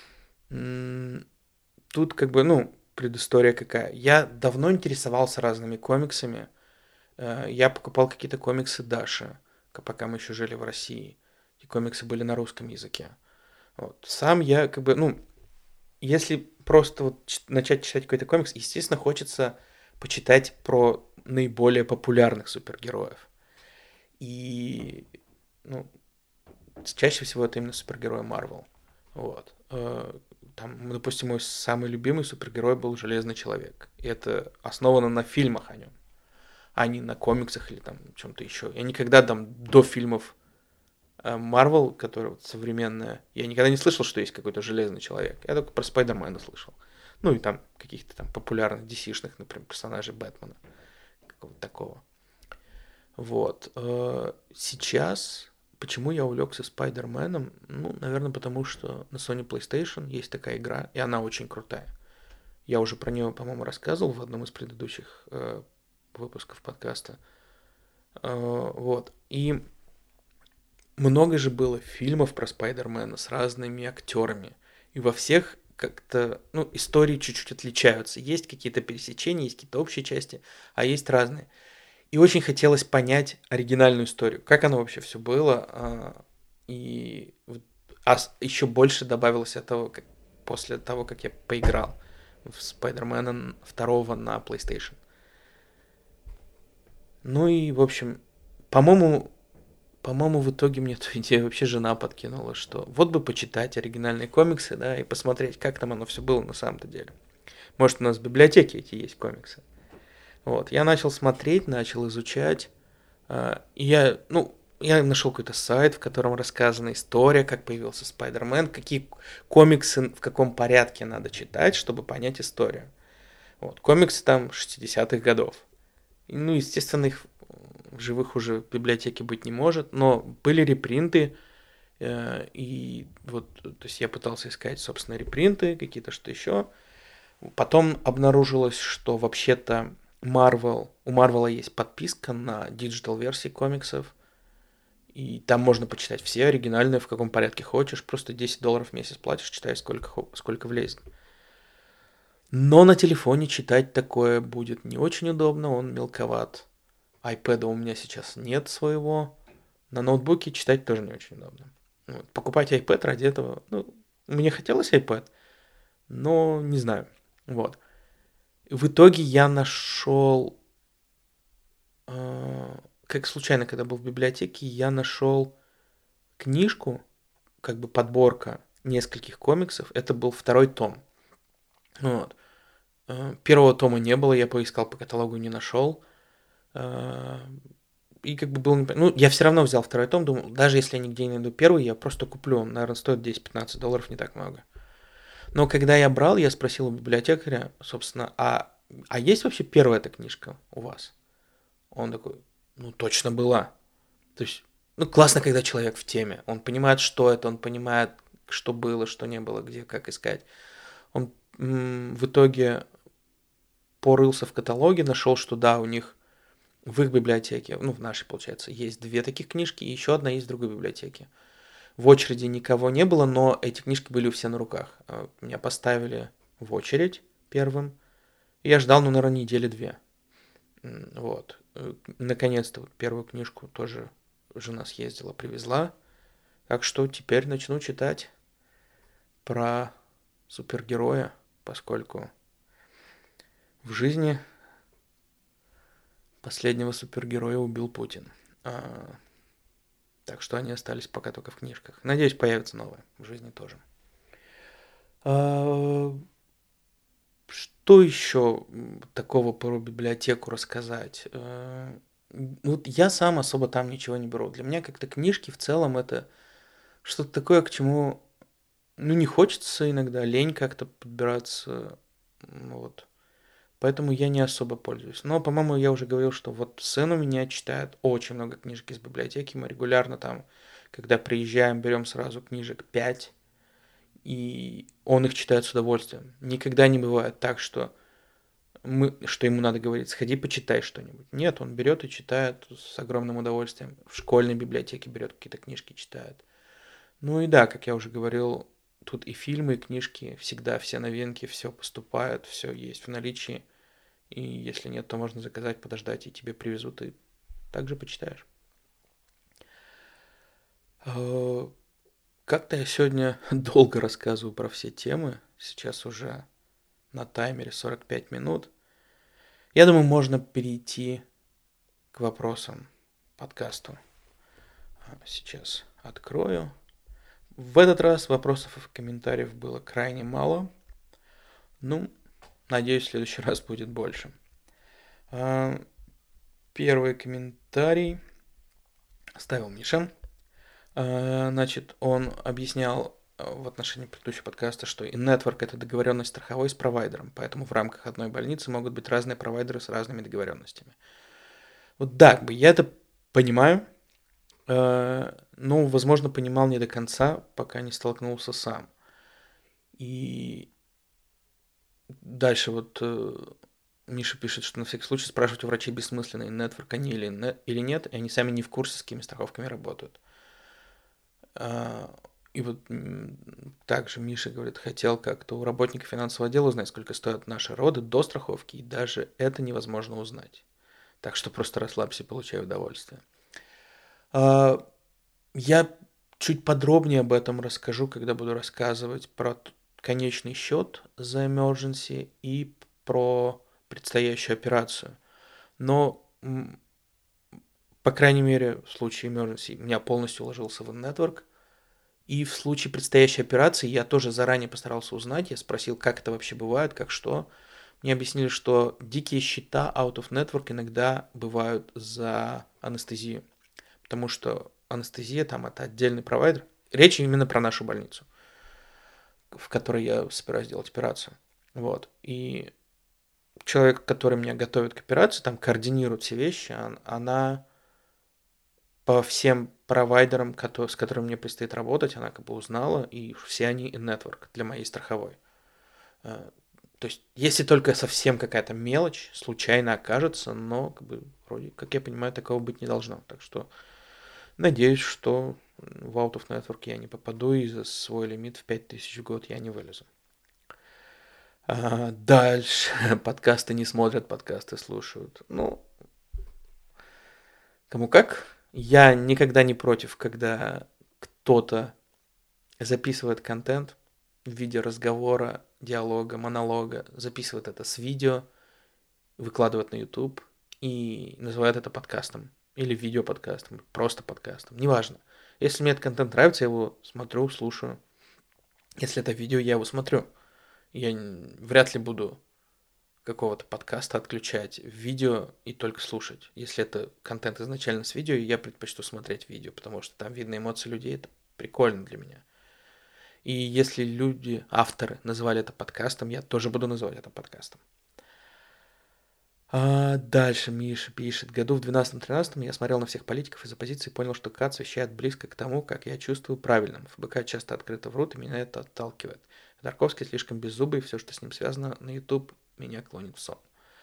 Тут как бы, ну, предыстория какая. Я давно интересовался разными комиксами. Я покупал какие-то комиксы Даши, пока мы еще жили в России. И комиксы были на русском языке. Вот. Сам я как бы, ну, если просто вот начать читать какой-то комикс, естественно, хочется почитать про наиболее популярных супергероев. И, ну, чаще всего это именно супергерои Марвел. Вот. Там, допустим, мой самый любимый супергерой был Железный Человек. И это основано на фильмах о нем, а не на комиксах или там чем-то еще. Я никогда там до фильмов Марвел, которая вот современная, я никогда не слышал, что есть какой-то Железный Человек. Я только про Спайдермена слышал. Ну и там каких-то там популярных ди си-шных, например, персонажей Бэтмена. Какого-то такого. Вот. Сейчас, почему я увлекся Спайдерменом? Ну, наверное, потому что на Sony PlayStation есть такая игра, и она очень крутая. Я уже про нее, по-моему, рассказывал в одном из предыдущих э, выпусков подкаста. Э, вот. И много же было фильмов про Спайдермена с разными актерами. И во всех как-то, ну, истории чуть-чуть отличаются. Есть какие-то пересечения, есть какие-то общие части, а есть разные. И очень хотелось понять оригинальную историю, как оно вообще все было. И а еще больше добавилось этого, как после того, как я поиграл в Спайдермена второго на PlayStation. Ну и, в общем, по-моему, по-моему, в итоге мне эту идею вообще жена подкинула, что вот бы почитать оригинальные комиксы, да, и посмотреть, как там оно все было на самом-то деле. Может, у нас в библиотеке эти есть комиксы. Вот, я начал смотреть, начал изучать, и я, ну, я нашел какой-то сайт, в котором рассказана история, как появился Спайдермен, какие комиксы, в каком порядке надо читать, чтобы понять историю. Вот, комиксы там шестидесятых годов. И, ну, естественно, их в живых уже в библиотеке быть не может, но были репринты, э, и вот, то есть я пытался искать, собственно, репринты, какие-то что еще. Потом обнаружилось, что вообще-то Marvel, у Марвела есть подписка на диджитал-версии комиксов, и там можно почитать все оригинальные, в каком порядке хочешь, просто десять долларов в месяц платишь, читай сколько, сколько влезет. Но на телефоне читать такое будет не очень удобно, он мелковат. iPad у меня сейчас нет своего, на ноутбуке читать тоже не очень удобно. Вот. Покупать iPad ради этого, ну, мне хотелось iPad, но не знаю. Вот. В итоге я нашел, э, как случайно, когда был в библиотеке, я нашел книжку, как бы подборка нескольких комиксов. Это был второй том. Вот. Первого тома не было, я поискал по каталогу, не нашел. И как бы был... Ну, я все равно взял второй том, думал, даже если я нигде не найду первый, я просто куплю. Он, наверное, стоит десять-пятнадцать долларов, не так много. Но когда я брал, я спросил у библиотекаря, собственно, а, а есть вообще первая эта книжка у вас? Он такой, ну, точно была. То есть, ну, классно, когда человек в теме. Он понимает, что это, он понимает, что было, что не было, где, как искать. Он м- в итоге порылся в каталоге, нашел, что да, у них в их библиотеке, ну, в нашей, получается, есть две таких книжки, и еще одна есть в другой библиотеке. В очереди никого не было, но эти книжки были у всех на руках. Меня поставили в очередь первым. И я ждал, ну, наверное, недели две. Вот. Наконец-то вот первую книжку тоже жена съездила, привезла. Так что теперь начну читать про супергероя, поскольку В жизни последнего супергероя убил Путин. А, так что они остались пока только в книжках. Надеюсь, появится новое в жизни тоже. А, что еще такого про библиотеку рассказать? А, вот я сам особо там ничего не беру. Для меня как-то книжки в целом это что-то такое, к чему ну не хочется иногда, лень как-то подбираться. Вот. Поэтому я не особо пользуюсь. Но, по-моему, я уже говорил, что вот сын у меня читает очень много книжек из библиотеки. Мы регулярно там, когда приезжаем, берем сразу книжек пять, и он их читает с удовольствием. Никогда не бывает так, что, мы, что ему надо говорить, сходи, почитай что-нибудь. Нет, он берет и читает с огромным удовольствием. В школьной библиотеке берет какие-то книжки, читает. Ну и да, как я уже говорил, тут и фильмы, и книжки, всегда все новинки, все поступает, все есть в наличии. И если нет, то можно заказать, подождать, и тебе привезут, и также почитаешь. Э, Как-то я сегодня долго рассказываю про все темы. Сейчас уже на таймере сорок пять минут. Я думаю, можно перейти к вопросам подкасту. Сейчас открою. В этот раз вопросов и комментариев было крайне мало. Ну, надеюсь, в следующий раз будет больше. Первый комментарий оставил Миша. Значит, он объяснял в отношении предыдущего подкаста, что in-network это договоренность страховой с провайдером, поэтому в рамках одной больницы могут быть разные провайдеры с разными договоренностями. Вот да, я это понимаю, но, возможно, понимал не до конца, пока не столкнулся сам. И дальше вот Миша пишет, что на всякий случай спрашивать у врачей бессмысленно, in-network они или нет, и они сами не в курсе, с какими страховками работают. И вот также Миша говорит, хотел как-то у работника финансового отдела узнать, сколько стоят наши роды до страховки, и даже это невозможно узнать. Так что просто расслабься, получай удовольствие. Я чуть подробнее об этом расскажу, когда буду рассказывать про конечный счет за emergency и про предстоящую операцию. Но, по крайней мере, в случае emergency меня полностью уложился в in-network. И в случае предстоящей операции я тоже заранее постарался узнать. Я спросил, как это вообще бывает, как что. Мне объяснили, что дикие счета out of network иногда бывают за анестезию. Потому что анестезия там это отдельный провайдер. Речь именно про нашу больницу, в которой я собираюсь делать операцию. Вот. И человек, который меня готовит к операции, там координирует все вещи, она по всем провайдерам, с которыми мне предстоит работать, она как бы узнала, и все они in-network для моей страховой. То есть, если только совсем какая-то мелочь случайно окажется, но, как бы, вроде, как я понимаю, такого быть не должно. Так что, надеюсь, что в out of network я не попаду, и за свой лимит в пять тысяч в год я не вылезу. А дальше. Подкасты не смотрят, подкасты слушают. Ну, кому как. Я никогда не против, когда кто-то записывает контент в виде разговора, диалога, монолога, записывает это с видео, выкладывает на YouTube и называет это подкастом. Или видеоподкастом, просто подкастом. Неважно. Если мне этот контент нравится, я его смотрю, слушаю. Если это видео, я его смотрю. Я вряд ли буду какого-то подкаста отключать видео и только слушать. Если это контент изначально с видео, я предпочту смотреть видео, потому что там видно эмоции людей, это прикольно для меня. И если люди, авторы, называли это подкастом, я тоже буду называть это подкастом. А дальше Миша пишет. Году в двенадцатом-тринадцатом я смотрел на всех политиков из оппозиции и понял, что КАТ освещает близко к тому, как я чувствую правильным. ФБК часто открыто врут, и меня это отталкивает. Тарковский слишком беззубый, все, что с ним связано на YouTube, меня клонит в сон.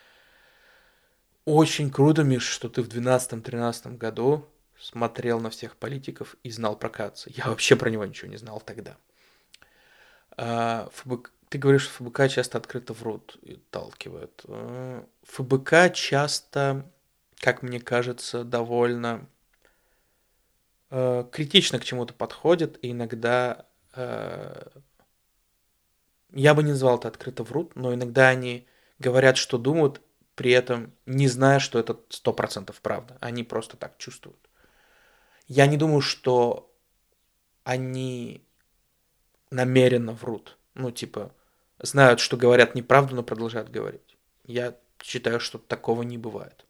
Очень круто, Миш, что ты в двенадцатом-тринадцатом году смотрел на всех политиков и знал про Каца. Я вообще про него ничего не знал тогда. А, ФБК, ты говоришь, что ФБК часто открыто врут и отталкивают. ФБК часто, как мне кажется, довольно э, критично к чему-то подходит, и иногда э, я бы не назвал это открыто врут, но иногда они говорят, что думают, при этом не зная, что это сто процентов правда. Они просто так чувствуют. Я не думаю, что они намеренно врут. Ну, типа, знают, что говорят неправду, но продолжают говорить. Я считаю, что такого не бывает.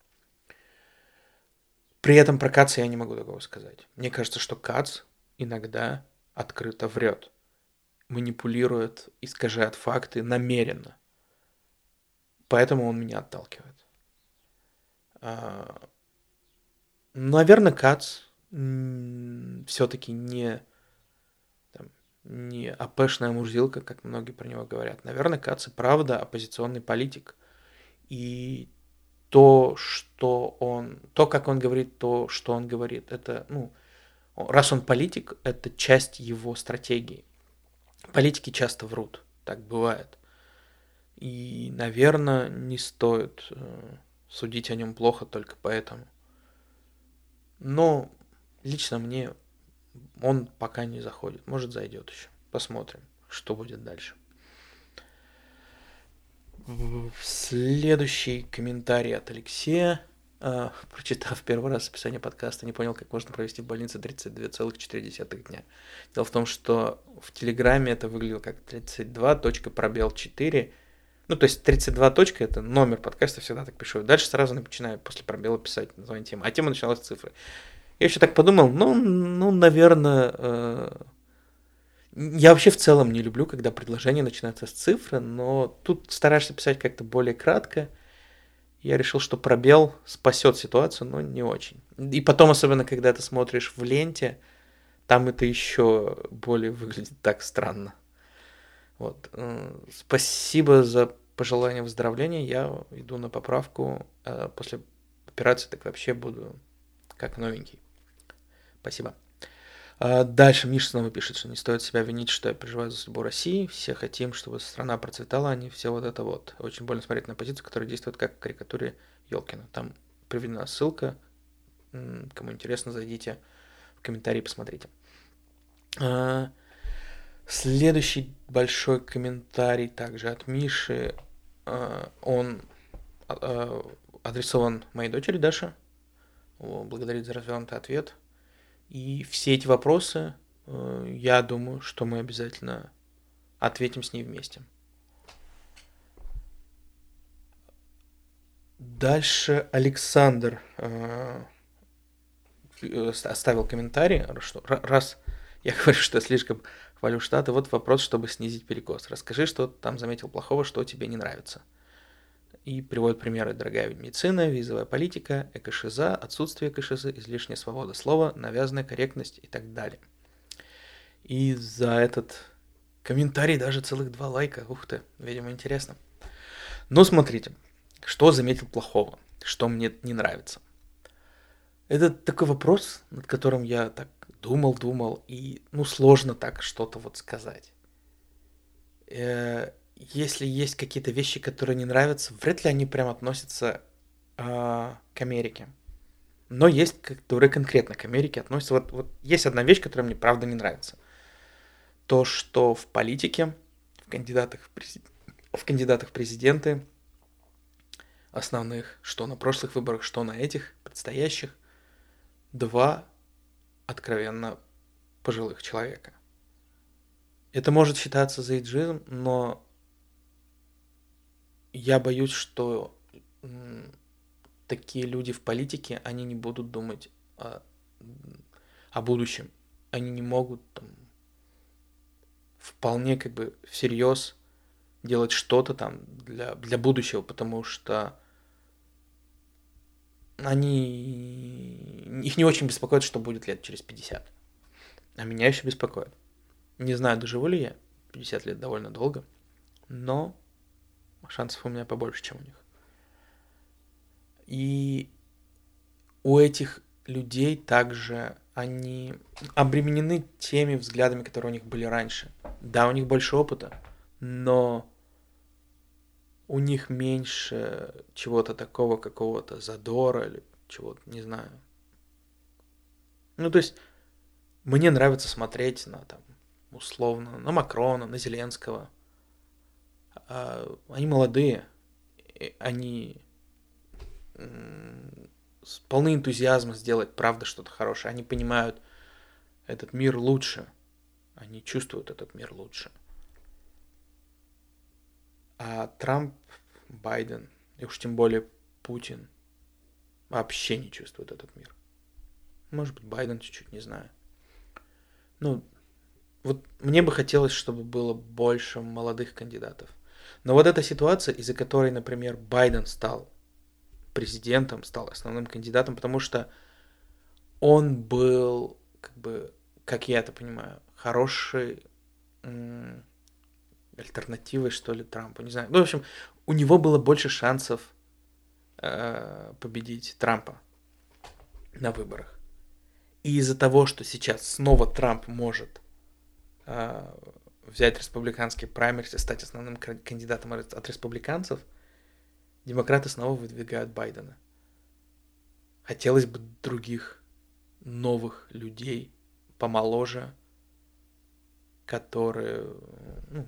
При этом про Каца я не могу такого сказать. Мне кажется, что Кац иногда открыто врет, манипулирует, искажает факты намеренно. Поэтому он меня отталкивает. Наверное, Кац все-таки не, там, не АПшная мурзилка, как многие про него говорят. Наверное, Кац и правда оппозиционный политик. И то, что он, то, как он говорит, то, что он говорит, это, ну, раз он политик, это часть его стратегии. Политики часто врут, так бывает. И, наверное, не стоит э, судить о нем плохо только поэтому. Но лично мне он пока не заходит. Может, зайдет еще. Посмотрим, что будет дальше. Следующий комментарий от Алексея. А, прочитав первый раз описание подкаста, не понял, как можно провести в больнице тридцать два целых четыре десятых дня. Дело в том, что в Телеграме это выглядело как тридцать два пробел четыре. Ну, то есть тридцать два точка это номер подкаста, всегда так пишу. Дальше сразу начинаю после пробела писать название темы. А тема началась с цифры. Я еще так подумал, ну, ну наверное... Э... Я вообще в целом не люблю, когда предложение начинается с цифры, но тут стараешься писать как-то более кратко. Я решил, что пробел спасет ситуацию, но не очень. И потом, особенно, когда ты смотришь в ленте, там это еще более выглядит так странно. Вот. Спасибо за пожелание выздоровления. Я иду на поправку. После операции так вообще буду как новенький. Спасибо. Дальше Миша снова пишет, что не стоит себя винить, что я переживаю за судьбу России. Все хотим, чтобы страна процветала, а не все вот это вот. Очень больно смотреть на позицию, которая действует как в карикатуре Ёлкина. Там приведена ссылка. Кому интересно, зайдите в комментарии, посмотрите. Следующий большой комментарий также от Миши. Он адресован моей дочери Даше. Благодарит за развернутый ответ. И все эти вопросы, я думаю, что мы обязательно ответим с ней вместе. Дальше Александр оставил комментарий, что раз я говорю, что я слишком хвалю Штаты, вот вопрос, чтобы снизить перекос. Расскажи, что ты там заметил плохого, что тебе не нравится. И приводит примеры: дорогая медицина, визовая политика, экошиза, отсутствие экошизы, излишняя свобода слова, навязанная корректность и так далее. И за этот комментарий даже целых два лайка. Ух ты, видимо, интересно. Но смотрите, что заметил плохого, что мне не нравится. Это такой вопрос, над которым я так думал, думал, и ну сложно так что-то вот сказать. Если есть какие-то вещи, которые не нравятся, вряд ли они прям относятся э, к Америке. Но есть, которые конкретно к Америке относятся. Вот, вот есть одна вещь, которая мне правда не нравится. То, что в политике, в кандидатах в, презид... в кандидатах в президенты основных, что на прошлых выборах, что на этих предстоящих, два откровенно пожилых человека. Это может считаться за эйджизм, но я боюсь, что м, такие люди в политике, они не будут думать о, о будущем. Они не могут там, вполне как бы всерьез делать что-то там для, для будущего, потому что они... Их не очень беспокоит, что будет лет через пятьдесят. А меня еще беспокоит. Не знаю, доживу ли я. пятьдесят лет довольно долго. Но шансов у меня побольше, чем у них. И у этих людей также они обременены теми взглядами, которые у них были раньше. Да, у них больше опыта, но у них меньше чего-то такого, какого-то задора или чего-то, не знаю. Ну, то есть, мне нравится смотреть на, там, условно, на Макрона, на Зеленского. Они молодые, они полны энтузиазма сделать, правда, что-то хорошее. Они понимают этот мир лучше. Они чувствуют этот мир лучше. А Трамп, Байден, и уж тем более Путин вообще не чувствуют этот мир. Может быть, Байден чуть-чуть, не знаю. Ну, вот мне бы хотелось, чтобы было больше молодых кандидатов. Но вот эта ситуация, из-за которой, например, Байден стал президентом, стал основным кандидатом, потому что он был, как бы, как я это понимаю, хорошей м- альтернативой, что ли, Трампу. Не знаю. Ну, в общем, у него было больше шансов э- победить Трампа на выборах. И из-за того, что сейчас снова Трамп может э- взять республиканские праймерис и стать основным кандидатом от республиканцев, демократы снова выдвигают Байдена. Хотелось бы других новых людей, помоложе, которые, ну,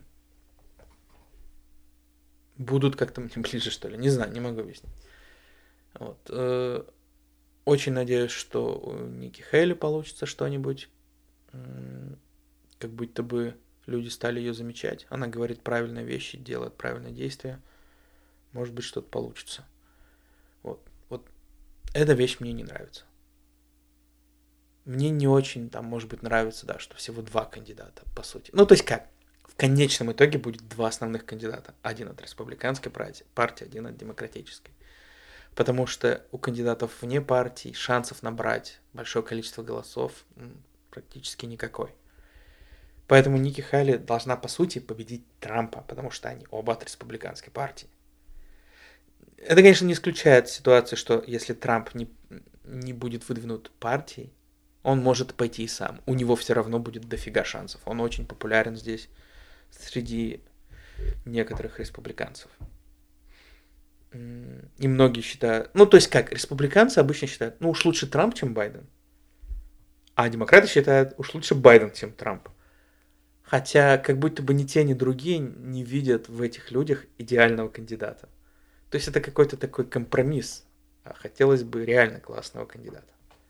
будут как-то мне ближе, что ли. Не знаю, не могу объяснить. Вот. Очень надеюсь, что у Ники Хейли получится что-нибудь. Как будто бы люди стали ее замечать. Она говорит правильные вещи, делает правильные действия. Может быть, что-то получится. Вот. Вот эта вещь мне не нравится. Мне не очень, там, может быть, нравится, да, что всего два кандидата, по сути. Ну, то есть как? В конечном итоге будет два основных кандидата. Один от республиканской партии, один от демократической. Потому что у кандидатов вне партии шансов набрать большое количество голосов практически никакой. Поэтому Ники Хейли должна, по сути, победить Трампа, потому что они оба от республиканской партии. Это, конечно, не исключает ситуацию, что если Трамп не, не будет выдвинут партией, он может пойти и сам. У него все равно будет дофига шансов. Он очень популярен здесь среди некоторых республиканцев. И многие считают... Ну, то есть как, республиканцы обычно считают, ну уж лучше Трамп, чем Байден. А демократы считают, уж лучше Байден, чем Трамп. Хотя как будто бы ни те, ни другие не видят в этих людях идеального кандидата. То есть это какой-то такой компромисс. А хотелось бы реально классного кандидата.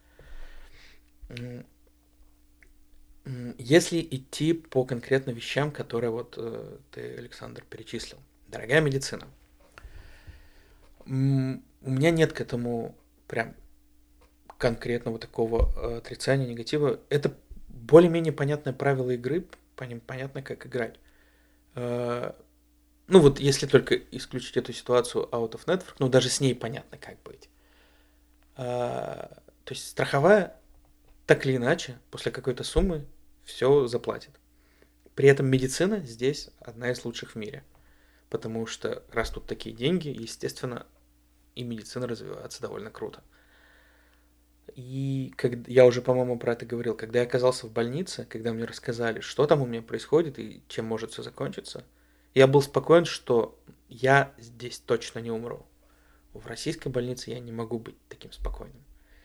Если идти по конкретно вещам, которые вот э, ты, Александр, перечислил. Дорогая медицина. У меня нет к этому прям конкретного такого отрицания, негатива. Это более-менее понятное правило игры, по ним понятно, как играть. Ну вот если только исключить эту ситуацию out of network, ну даже с ней понятно, как быть. То есть страховая так или иначе после какой-то суммы все заплатит. При этом медицина здесь одна из лучших в мире. Потому что растут такие деньги, естественно, и медицина развивается довольно круто. И как, я уже, по-моему, про это говорил, когда я оказался в больнице, когда мне рассказали, что там у меня происходит и чем может все закончиться, я был спокоен, что я здесь точно не умру. В российской больнице я не могу быть таким спокойным.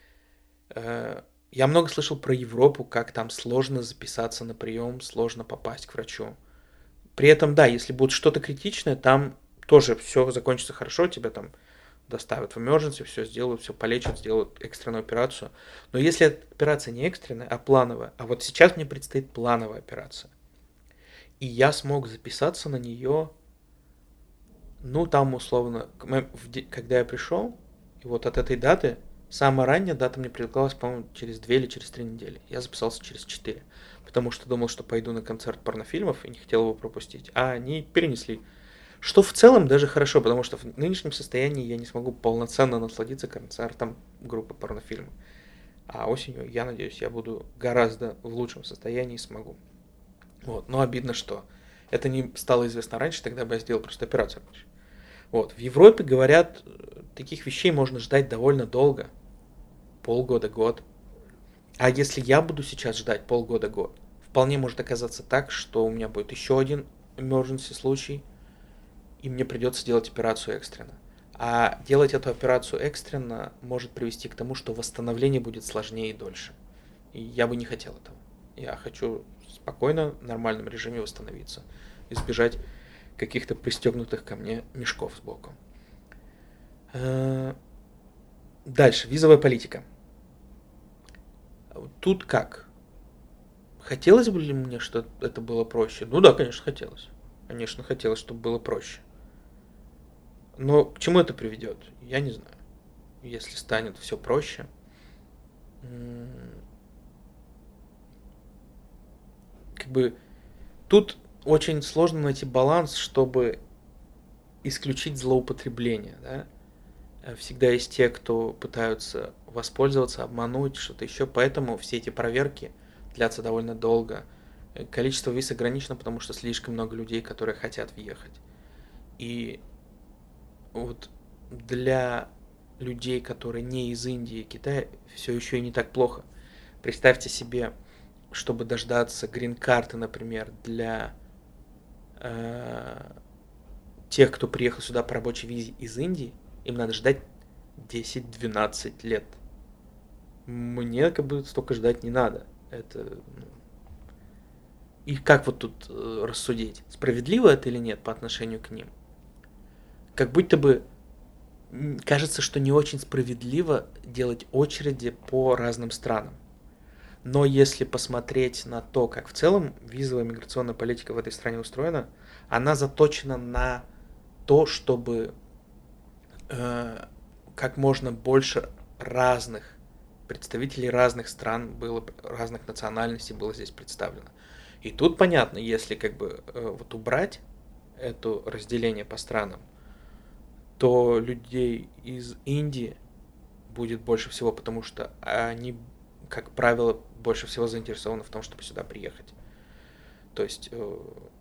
Я много слышал про Европу, как там сложно записаться на прием, сложно попасть к врачу. При этом, да, если будет что-то критичное, там тоже все закончится хорошо, тебя там доставят в emergency, все сделают, все полечат, сделают экстренную операцию. Но если операция не экстренная, а плановая, а вот сейчас мне предстоит плановая операция, и я смог записаться на нее, ну, там условно, когда я пришел, и вот от этой даты, самая ранняя дата мне предлагалась, по-моему, через две или через три недели. Я записался через четыре, потому что думал, что пойду на концерт порнофильмов и не хотел его пропустить. А они перенесли. Что в целом даже хорошо, потому что в нынешнем состоянии я не смогу полноценно насладиться концертом группы порнофильмы. А осенью, я надеюсь, я буду гораздо в лучшем состоянии и смогу. Вот. Но обидно, что это не стало известно раньше, тогда бы я сделал просто операцию раньше. Вот. В Европе, говорят, таких вещей можно ждать довольно долго. Полгода, год. А если я буду сейчас ждать полгода, год, вполне может оказаться так, что у меня будет еще один emergency случай, и мне придется делать операцию экстренно. А делать эту операцию экстренно может привести к тому, что восстановление будет сложнее и дольше. И я бы не хотел этого. Я хочу спокойно, в нормальном режиме восстановиться. Избежать каких-то пристегнутых ко мне мешков сбоку. Дальше, визовая политика. Тут как? Хотелось бы ли мне, чтобы это было проще? Ну да, конечно, хотелось. Конечно, хотелось, чтобы было проще. Но к чему это приведет? Я не знаю. Если станет все проще. Как бы тут очень сложно найти баланс, чтобы исключить злоупотребление, да? Всегда есть те, кто пытаются воспользоваться, обмануть, что-то еще. Поэтому все эти проверки длятся довольно долго. Количество виз ограничено, потому что слишком много людей, которые хотят въехать. И вот для людей, которые не из Индии и Китая, все еще и не так плохо. Представьте себе, чтобы дождаться грин-карты, например, для э, тех, кто приехал сюда по рабочей визе из Индии, им надо ждать десять-двенадцать лет. Мне как бы столько ждать не надо. Это... И как вот тут э, рассудить? Справедливо это или нет по отношению к ним? Как будто бы кажется, что не очень справедливо делать очереди по разным странам. Но если посмотреть на то, как в целом визовая миграционная политика в этой стране устроена, она заточена на то, чтобы э, как можно больше разных представителей разных стран было, разных национальностей было здесь представлено. И тут понятно, если как бы э, вот убрать это разделение по странам, то людей из Индии будет больше всего, потому что они, как правило, больше всего заинтересованы в том, чтобы сюда приехать. То есть э,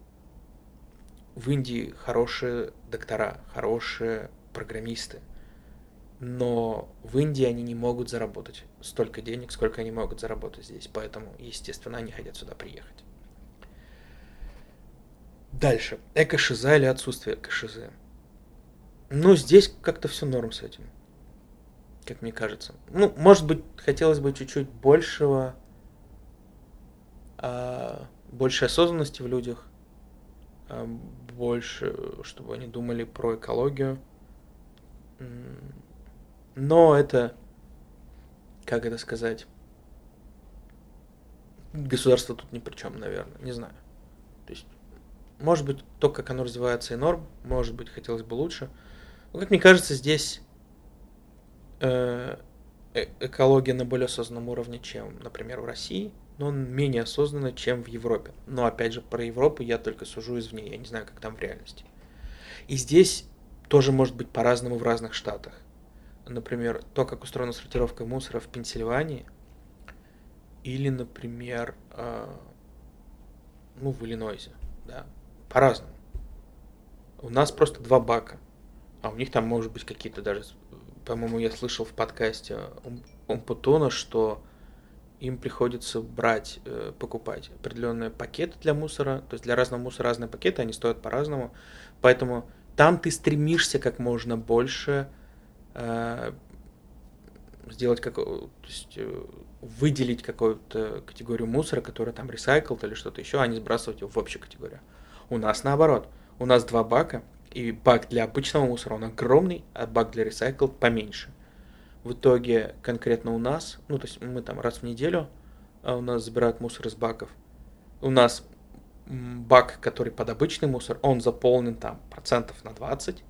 в Индии хорошие доктора, хорошие программисты, но в Индии они не могут заработать столько денег, сколько они могут заработать здесь, поэтому, естественно, они хотят сюда приехать. Дальше. Эко-шиза или отсутствие эко-шизы. Ну, здесь как-то все норм с этим, как мне кажется. Ну, может быть, хотелось бы чуть-чуть большего, а, большей осознанности в людях, а, больше, чтобы они думали про экологию. Но это, как это сказать, государство тут ни при чем, наверное, не знаю. То есть, может быть, то, как оно развивается, и норм, может быть, хотелось бы лучше. Но, как мне кажется, здесь э, экология на более осознанном уровне, чем, например, в России, но он менее осознанный, чем в Европе. Но, опять же, про Европу я только сужу извне, я не знаю, как там в реальности. И здесь тоже может быть по-разному в разных штатах. Например, то, как устроена сортировка мусора в Пенсильвании, или, например, э, ну, в Иллинойсе, да, по-разному. У нас просто два бака, а у них там может быть какие-то даже, по-моему, я слышал в подкасте Умпутуна, что им приходится брать, э, покупать определенные пакеты для мусора, то есть для разного мусора разные пакеты, они стоят по-разному, поэтому там ты стремишься как можно больше э, сделать как, то есть э, выделить какую-то категорию мусора, которая там recycled или что-то еще, а не сбрасывать его в общую категорию. У нас наоборот. У нас два бака, и бак для обычного мусора, он огромный, а бак для recycled поменьше. В итоге конкретно у нас, ну то есть мы там раз в неделю а у нас забирают мусор из баков. У нас бак, который под обычный мусор, он заполнен там процентов на двадцать,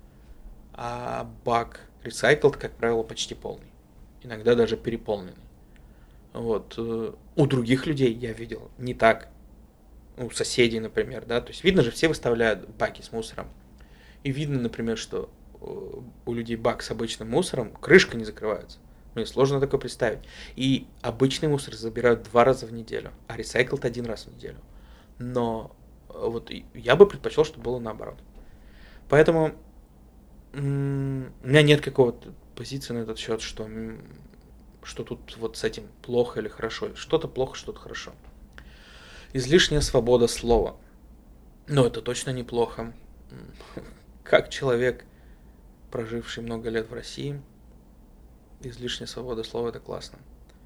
а бак recycled, как правило, почти полный. Иногда даже переполненный. Вот. У других людей я видел не так. У соседей, например, да, то есть видно же, все выставляют баки с мусором. И видно, например, что у людей бак с обычным мусором, крышка не закрывается. Мне сложно такое представить. И обычный мусор забирают два раза в неделю, а recycled один раз в неделю. Но вот я бы предпочел, чтобы было наоборот. Поэтому м- у меня нет какого-то позиции на этот счет, что, что тут вот с этим плохо или хорошо. Что-то плохо, что-то хорошо. Излишняя свобода слова. Ну, это точно неплохо. Как человек, проживший много лет в России, излишняя свобода слова – это классно.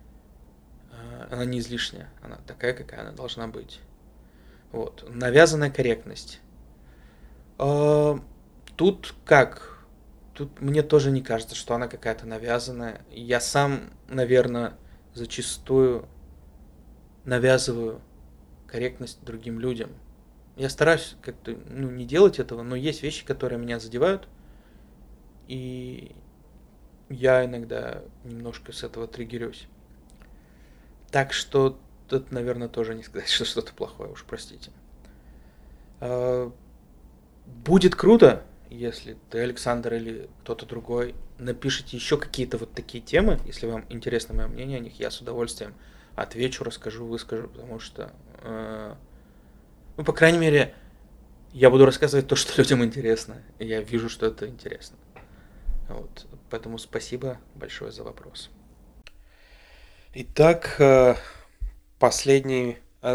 Она не излишняя, она такая, какая она должна быть. Вот. Навязанная корректность. Тут как? тут мне тоже не кажется, что она какая-то навязанная. Я сам, наверное, зачастую навязываю корректность другим людям. Я стараюсь как-то ну, не делать этого, но есть вещи, которые меня задевают, и я иногда немножко с этого триггерюсь. Так что тут, наверное, тоже не сказать, что что-то плохое, уж простите. Будет круто, если ты, Александр, или кто-то другой, напишите еще какие-то вот такие темы, если вам интересно мое мнение о них, я с удовольствием отвечу, расскажу, выскажу, потому что, э, ну, по крайней мере, я буду рассказывать то, что людям интересно, и я вижу, что это интересно. Вот, поэтому спасибо большое за вопрос. Итак, последний...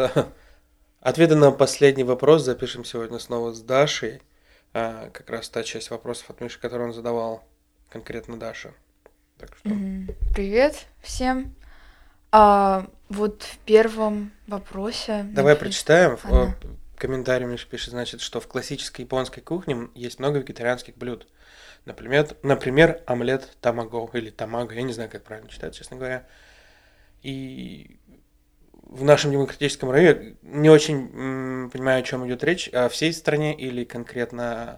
Ответы на последний вопрос запишем сегодня снова с Дашей. Как раз та часть вопросов от Миши, которую он задавал конкретно Даша. Так что... Привет всем. А, вот в первом вопросе... Давай прочитаем. Она... В комментарии Миша пишет, значит, что в классической японской кухне есть много вегетарианских блюд. Например, например, омлет тамаго или тамаго, я не знаю, как правильно читать, честно говоря. И в нашем демократическом районе не очень м, понимаю, о чем идет речь, о всей стране или конкретно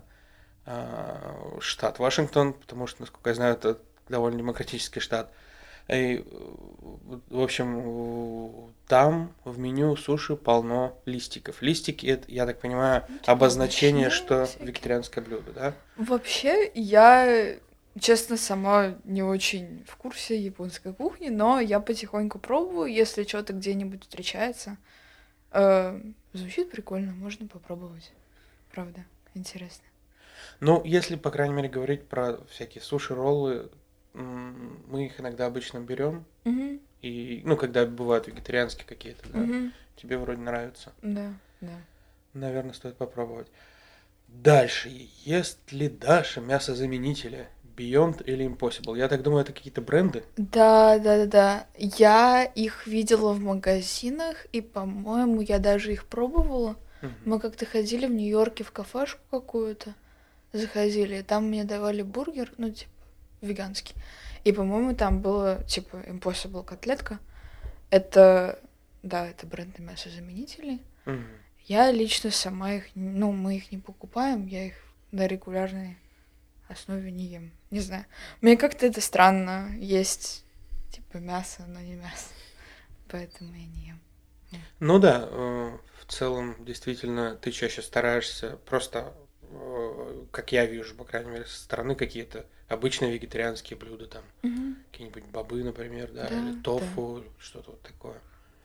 э, штат Вашингтон, потому что, насколько я знаю, это довольно демократический штат. И, в общем, там в меню суши полно листиков. Листики, это, я так понимаю, типа обозначение, что всякие. Вегетарианское блюдо, да? Вообще, я, честно, сама не очень в курсе японской кухни, но я потихоньку пробую, если что-то где-нибудь встречается. Э, звучит прикольно, можно попробовать. Правда, интересно. Ну, если, по крайней мере, говорить про всякие суши-роллы, мы их иногда обычно берем, угу. И, ну, когда бывают вегетарианские какие-то, да, угу. тебе вроде нравится. Да, да. Наверное, стоит попробовать. Дальше. Ест ли Даша мясозаменители? Beyond или Impossible? Я так думаю, это какие-то бренды? Да, да, да, да. Я их видела в магазинах, и, по-моему, я даже их пробовала. Угу. Мы как-то ходили в Нью-Йорке в кафешку какую-то, заходили, и там мне давали бургер, ну, типа, веганский. И, по-моему, там было, типа, Impossible котлетка. Это, да, это бренд мясозаменителей. Угу. Я лично сама их, ну, мы их не покупаем, я их на регулярной основе не ем. Не знаю. Мне как-то это странно, есть, типа, мясо, но не мясо. Поэтому я не ем. Ну да, в целом, действительно, ты чаще стараешься просто, как я вижу, по крайней мере, со стороны какие-то обычные вегетарианские блюда, там, угу. какие-нибудь бобы, например, да, да или тофу, да. что-то вот такое.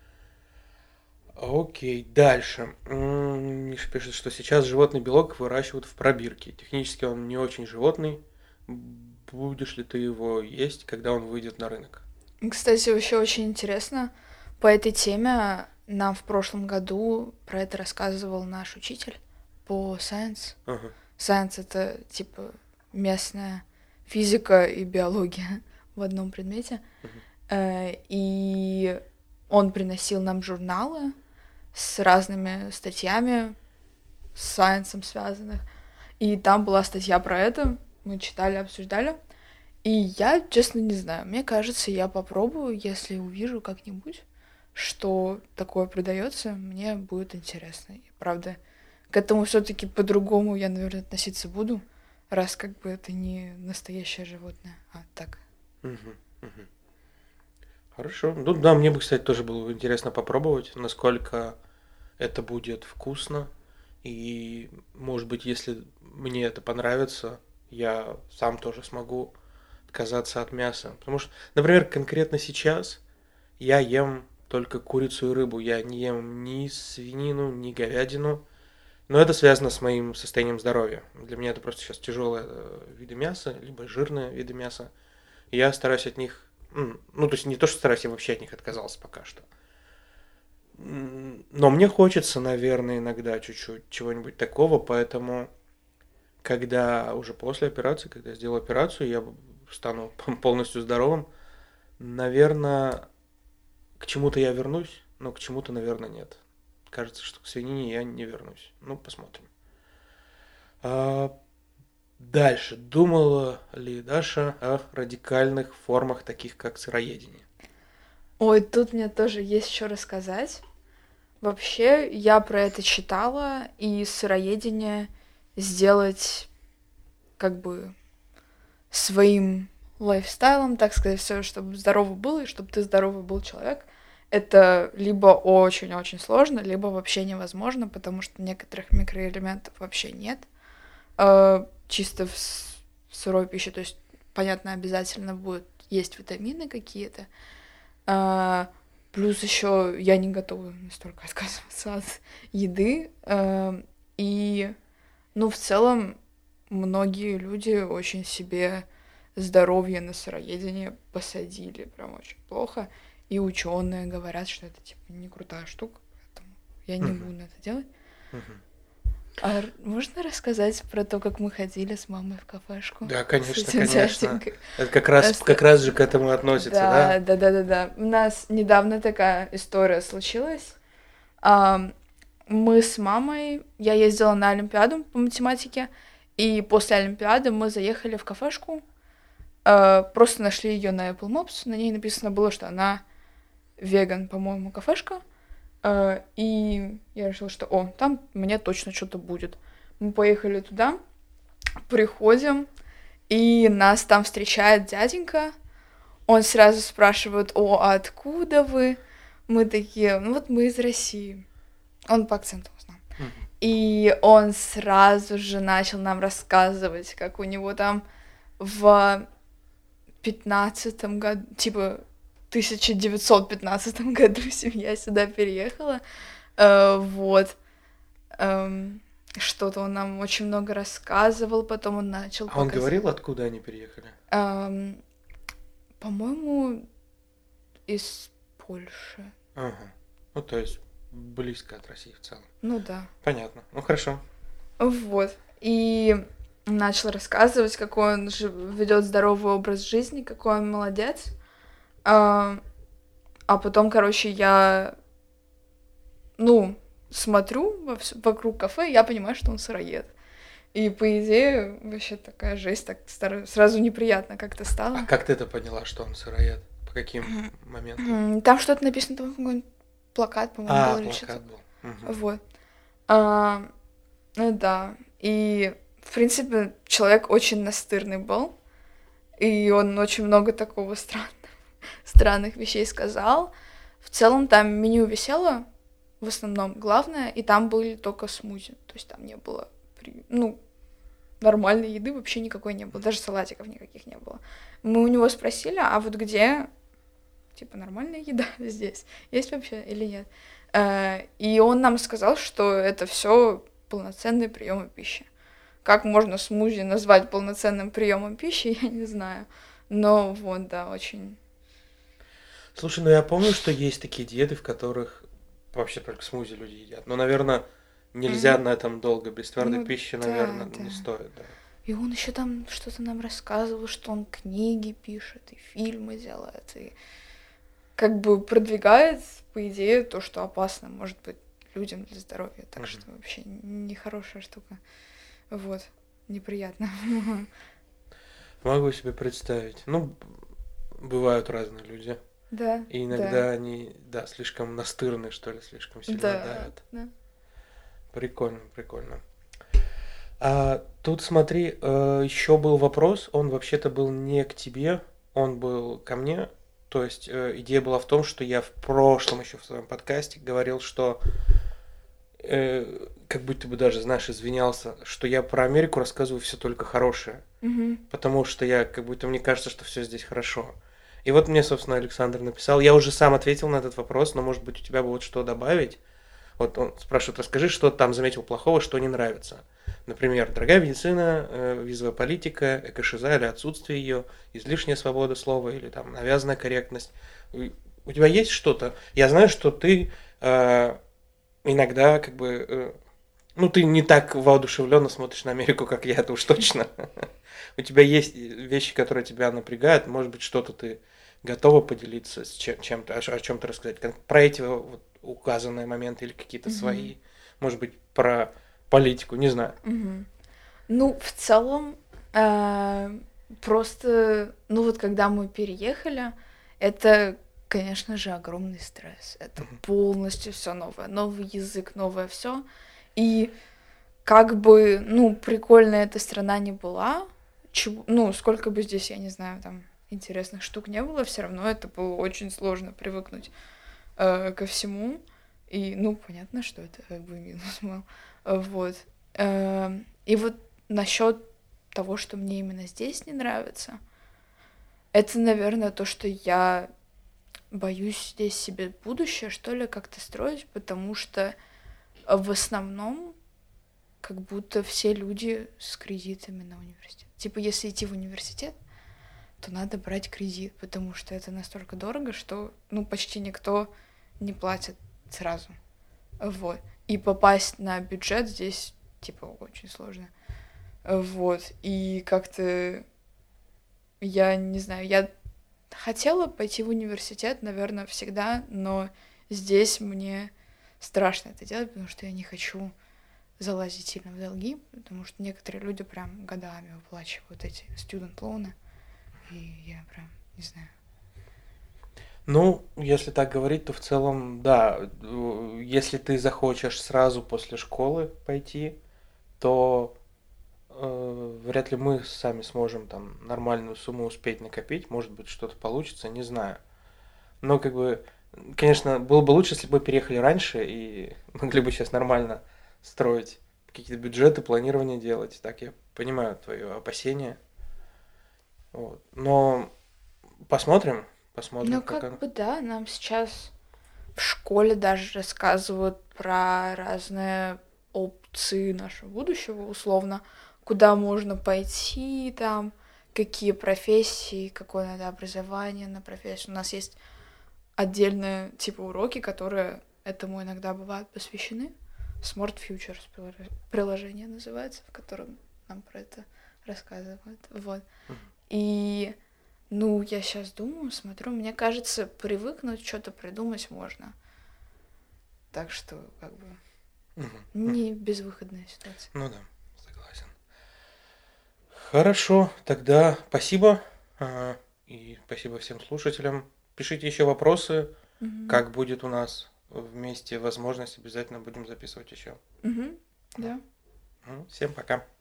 Окей, дальше. Миша пишет, что сейчас животный белок выращивают в пробирке. Технически он не очень животный. Будешь ли ты его есть, когда он выйдет на рынок? Кстати, вообще очень интересно. По этой теме нам в прошлом году про это рассказывал наш учитель по Science. Ага. Science — это типа местная физика и биология в одном предмете. Uh-huh. И он приносил нам журналы с разными статьями, с сайенсом связанных. И там была статья про это. Мы читали, обсуждали. И я, честно, не знаю. Мне кажется, я попробую, если увижу как-нибудь, что такое продается, мне будет интересно. И, правда, к этому все-таки по-другому я, наверное, относиться буду, раз как бы это не настоящее животное, а так. Угу, угу. Хорошо. Ну да, мне бы, кстати, тоже было интересно попробовать, насколько это будет вкусно. И, может быть, если мне это понравится, я сам тоже смогу отказаться от мяса. Потому что, например, конкретно сейчас я ем только курицу и рыбу. Я не ем ни свинину, ни говядину. Но это связано с моим состоянием здоровья. Для меня это просто сейчас тяжелые виды мяса, либо жирные виды мяса. И я стараюсь от них... Ну, то есть не то, что стараюсь, я вообще от них отказался пока что. Но мне хочется, наверное, иногда чуть-чуть чего-нибудь такого, поэтому, когда уже после операции, когда я сделаю операцию, я стану полностью здоровым, наверное, к чему-то я вернусь, но к чему-то, наверное, нет. Кажется, что к свинине я не вернусь. Ну, посмотрим. А Дальше. Думала ли Даша о радикальных формах, таких как сыроедение? Ой, тут мне тоже есть что рассказать. Вообще, я про это читала, и сыроедение сделать как бы своим лайфстайлом, так сказать, все, чтобы здорово было, и чтобы ты здоровый был человек, это либо очень-очень сложно, либо вообще невозможно, потому что некоторых микроэлементов вообще нет. Э, чисто в, с- в сырой пище, то есть, понятно, обязательно будут есть витамины какие-то. Э, плюс еще я не готова настолько отказываться от еды. Э, и, ну, в целом, многие люди очень себе здоровье на сыроедение посадили прям очень плохо. И ученые говорят, что это типа не крутая штука, поэтому я не Мгм. буду это делать. Мгм. А р- можно рассказать про то, как мы ходили с мамой в кафешку? Да, С конечно, этим конечно. дяденькой. Это как раз, Просто- как раз же к этому относится, Да, да? да, да, да, да. У нас недавно такая история случилась. Ам, мы с мамой, я ездила на Олимпиаду по математике, и после Олимпиады мы заехали в кафешку, э, просто нашли ее на Apple Maps, на ней написано было, что она веган, по-моему, кафешка, э, и я решила, что, о, там мне точно что-то будет. Мы поехали туда, приходим, и нас там встречает дяденька, он сразу спрашивает, о, а откуда вы? Мы такие, ну вот мы из России. Он по акценту узнал. Мгм. И он сразу же начал нам рассказывать, как у него там в пятнадцатом году, типа тысяча девятьсот пятнадцатом году семья сюда переехала. Э, вот. Эм, что-то он нам очень много рассказывал, потом он начал А он показ- говорил, откуда они переехали? Эм, по-моему, из Польши. Ага. Ну, то есть близко от России в целом. Ну да. Понятно. Ну, хорошо. Вот. И начал рассказывать, какой он ведет здоровый образ жизни, какой он молодец. А, а потом, короче, я, ну, смотрю во всё- вокруг кафе, и я понимаю, что он сыроед. И, по идее, вообще такая жесть, так стар- сразу неприятно как-то стало. А как ты это поняла, что он сыроед? По каким моментам? М, Там что-то написано, там какой-нибудь плакат, по-моему, А, был или что-то. плакат был. Мгм. Вот. А, ну да. И, в принципе, человек очень настырный был. И он очень много такого стран... странных вещей сказал. В целом там меню висело, в основном главное, и там были только смузи. То есть там не было, при- ну, нормальной еды вообще никакой не было. Даже салатиков никаких не было. Мы у него спросили, а вот где, типа, нормальная еда здесь? Есть вообще или нет? Э, И он нам сказал, что это все полноценные приемы пищи. Как можно смузи назвать полноценным приемом пищи, я не знаю. Но вот, да, очень... Слушай, ну я помню, что есть такие диеты, в которых вообще только смузи люди едят. Но, наверное, нельзя Мгм. на этом долго. Без твердой Ну пищи, да, наверное, да. не стоит, да. И он еще там что-то нам рассказывал, что он книги пишет и фильмы делает, и как бы продвигает, по идее, то, что опасно может быть людям для здоровья. Так Мгм. что вообще нехорошая штука. Вот, неприятно. Могу себе представить. Ну, б- бывают разные люди. Да. И иногда они, да, слишком настырные, что ли, слишком сильно Да, давят. да. Прикольно, прикольно. А тут смотри, еще был вопрос, он вообще-то был не к тебе, он был ко мне. То есть э, идея была в том, что я в прошлом еще в своем подкасте говорил, что э, как будто бы даже, знаешь, извинялся, что я про Америку рассказываю все только хорошее, Мгм. потому что я как будто мне кажется, что все здесь хорошо. И вот мне, собственно, Александр написал, я уже сам ответил на этот вопрос, но может быть у тебя будет что добавить. Вот он спрашивает, расскажи, что ты там заметил плохого, что не нравится. Например, дорогая медицина, э, визовая политика, экошиза или отсутствие ее, излишняя свобода слова или там навязанная корректность. У у тебя есть что-то? Я знаю, что ты э, иногда как бы... э, ну, ты не так воодушевленно смотришь на Америку, как я, это уж точно. У тебя есть вещи, которые тебя напрягают, может быть, что-то ты готова поделиться с чем- чем-то, о о чем-то рассказать, Кон- про эти вот указанные моменты или какие-то Мгм. свои, может быть, про политику, не знаю. Мгм. Ну, в целом, А, просто, ну вот когда мы переехали, это, конечно же, огромный стресс. Это Мгм. полностью все новое, новый язык, новое все. И как бы, ну, прикольная эта страна не была, чего, ну, сколько бы здесь, я не знаю, там интересных штук не было, все равно это было очень сложно привыкнуть э, ко всему. И, ну, понятно, что это как бы минус был. Э, Вот. Э, И вот насчет того, что мне именно здесь не нравится, это, наверное, то, что я боюсь здесь себе будущее, что ли, как-то строить, потому что в основном как будто все люди с кредитами на университет. Типа, если идти в университет, то надо брать кредит, потому что это настолько дорого, что, ну, почти никто не платит сразу. Вот. И попасть на бюджет здесь, типа, очень сложно. Вот. И как-то я не знаю, я хотела пойти в университет, наверное, всегда, но здесь мне страшно это делать, потому что я не хочу залазить сильно в долги, потому что некоторые люди прям годами выплачивают эти студент-лоуны, и я прям не знаю. Ну, если так говорить, то в целом, да, э, если ты захочешь сразу после школы пойти, то э, вряд ли мы сами сможем там нормальную сумму успеть накопить, может быть, что-то получится, не знаю. Но как бы, конечно, было бы лучше, если бы мы переехали раньше и могли бы сейчас нормально строить какие-то бюджеты, планирование делать. Так я понимаю твое опасение. Вот. Но посмотрим, посмотрим, Ну, как как оно. бы да, нам сейчас в школе даже рассказывают про разные опции нашего будущего, условно, куда можно пойти там, какие профессии, какое надо образование на профессию. У нас есть отдельные типа уроки, которые этому иногда бывают посвящены. Smart Futures приложение называется, в котором нам про это рассказывают. Вот. И, ну, я сейчас думаю, смотрю, мне кажется, привыкнуть, что-то придумать можно. Так что, как бы, не безвыходная ситуация. Ну да, согласен. Хорошо, тогда спасибо. а, И спасибо всем слушателям. Пишите еще вопросы, Мгм. как будет у нас вместе возможность, обязательно будем записывать еще. Мгм. Да. Мгм. Всем пока.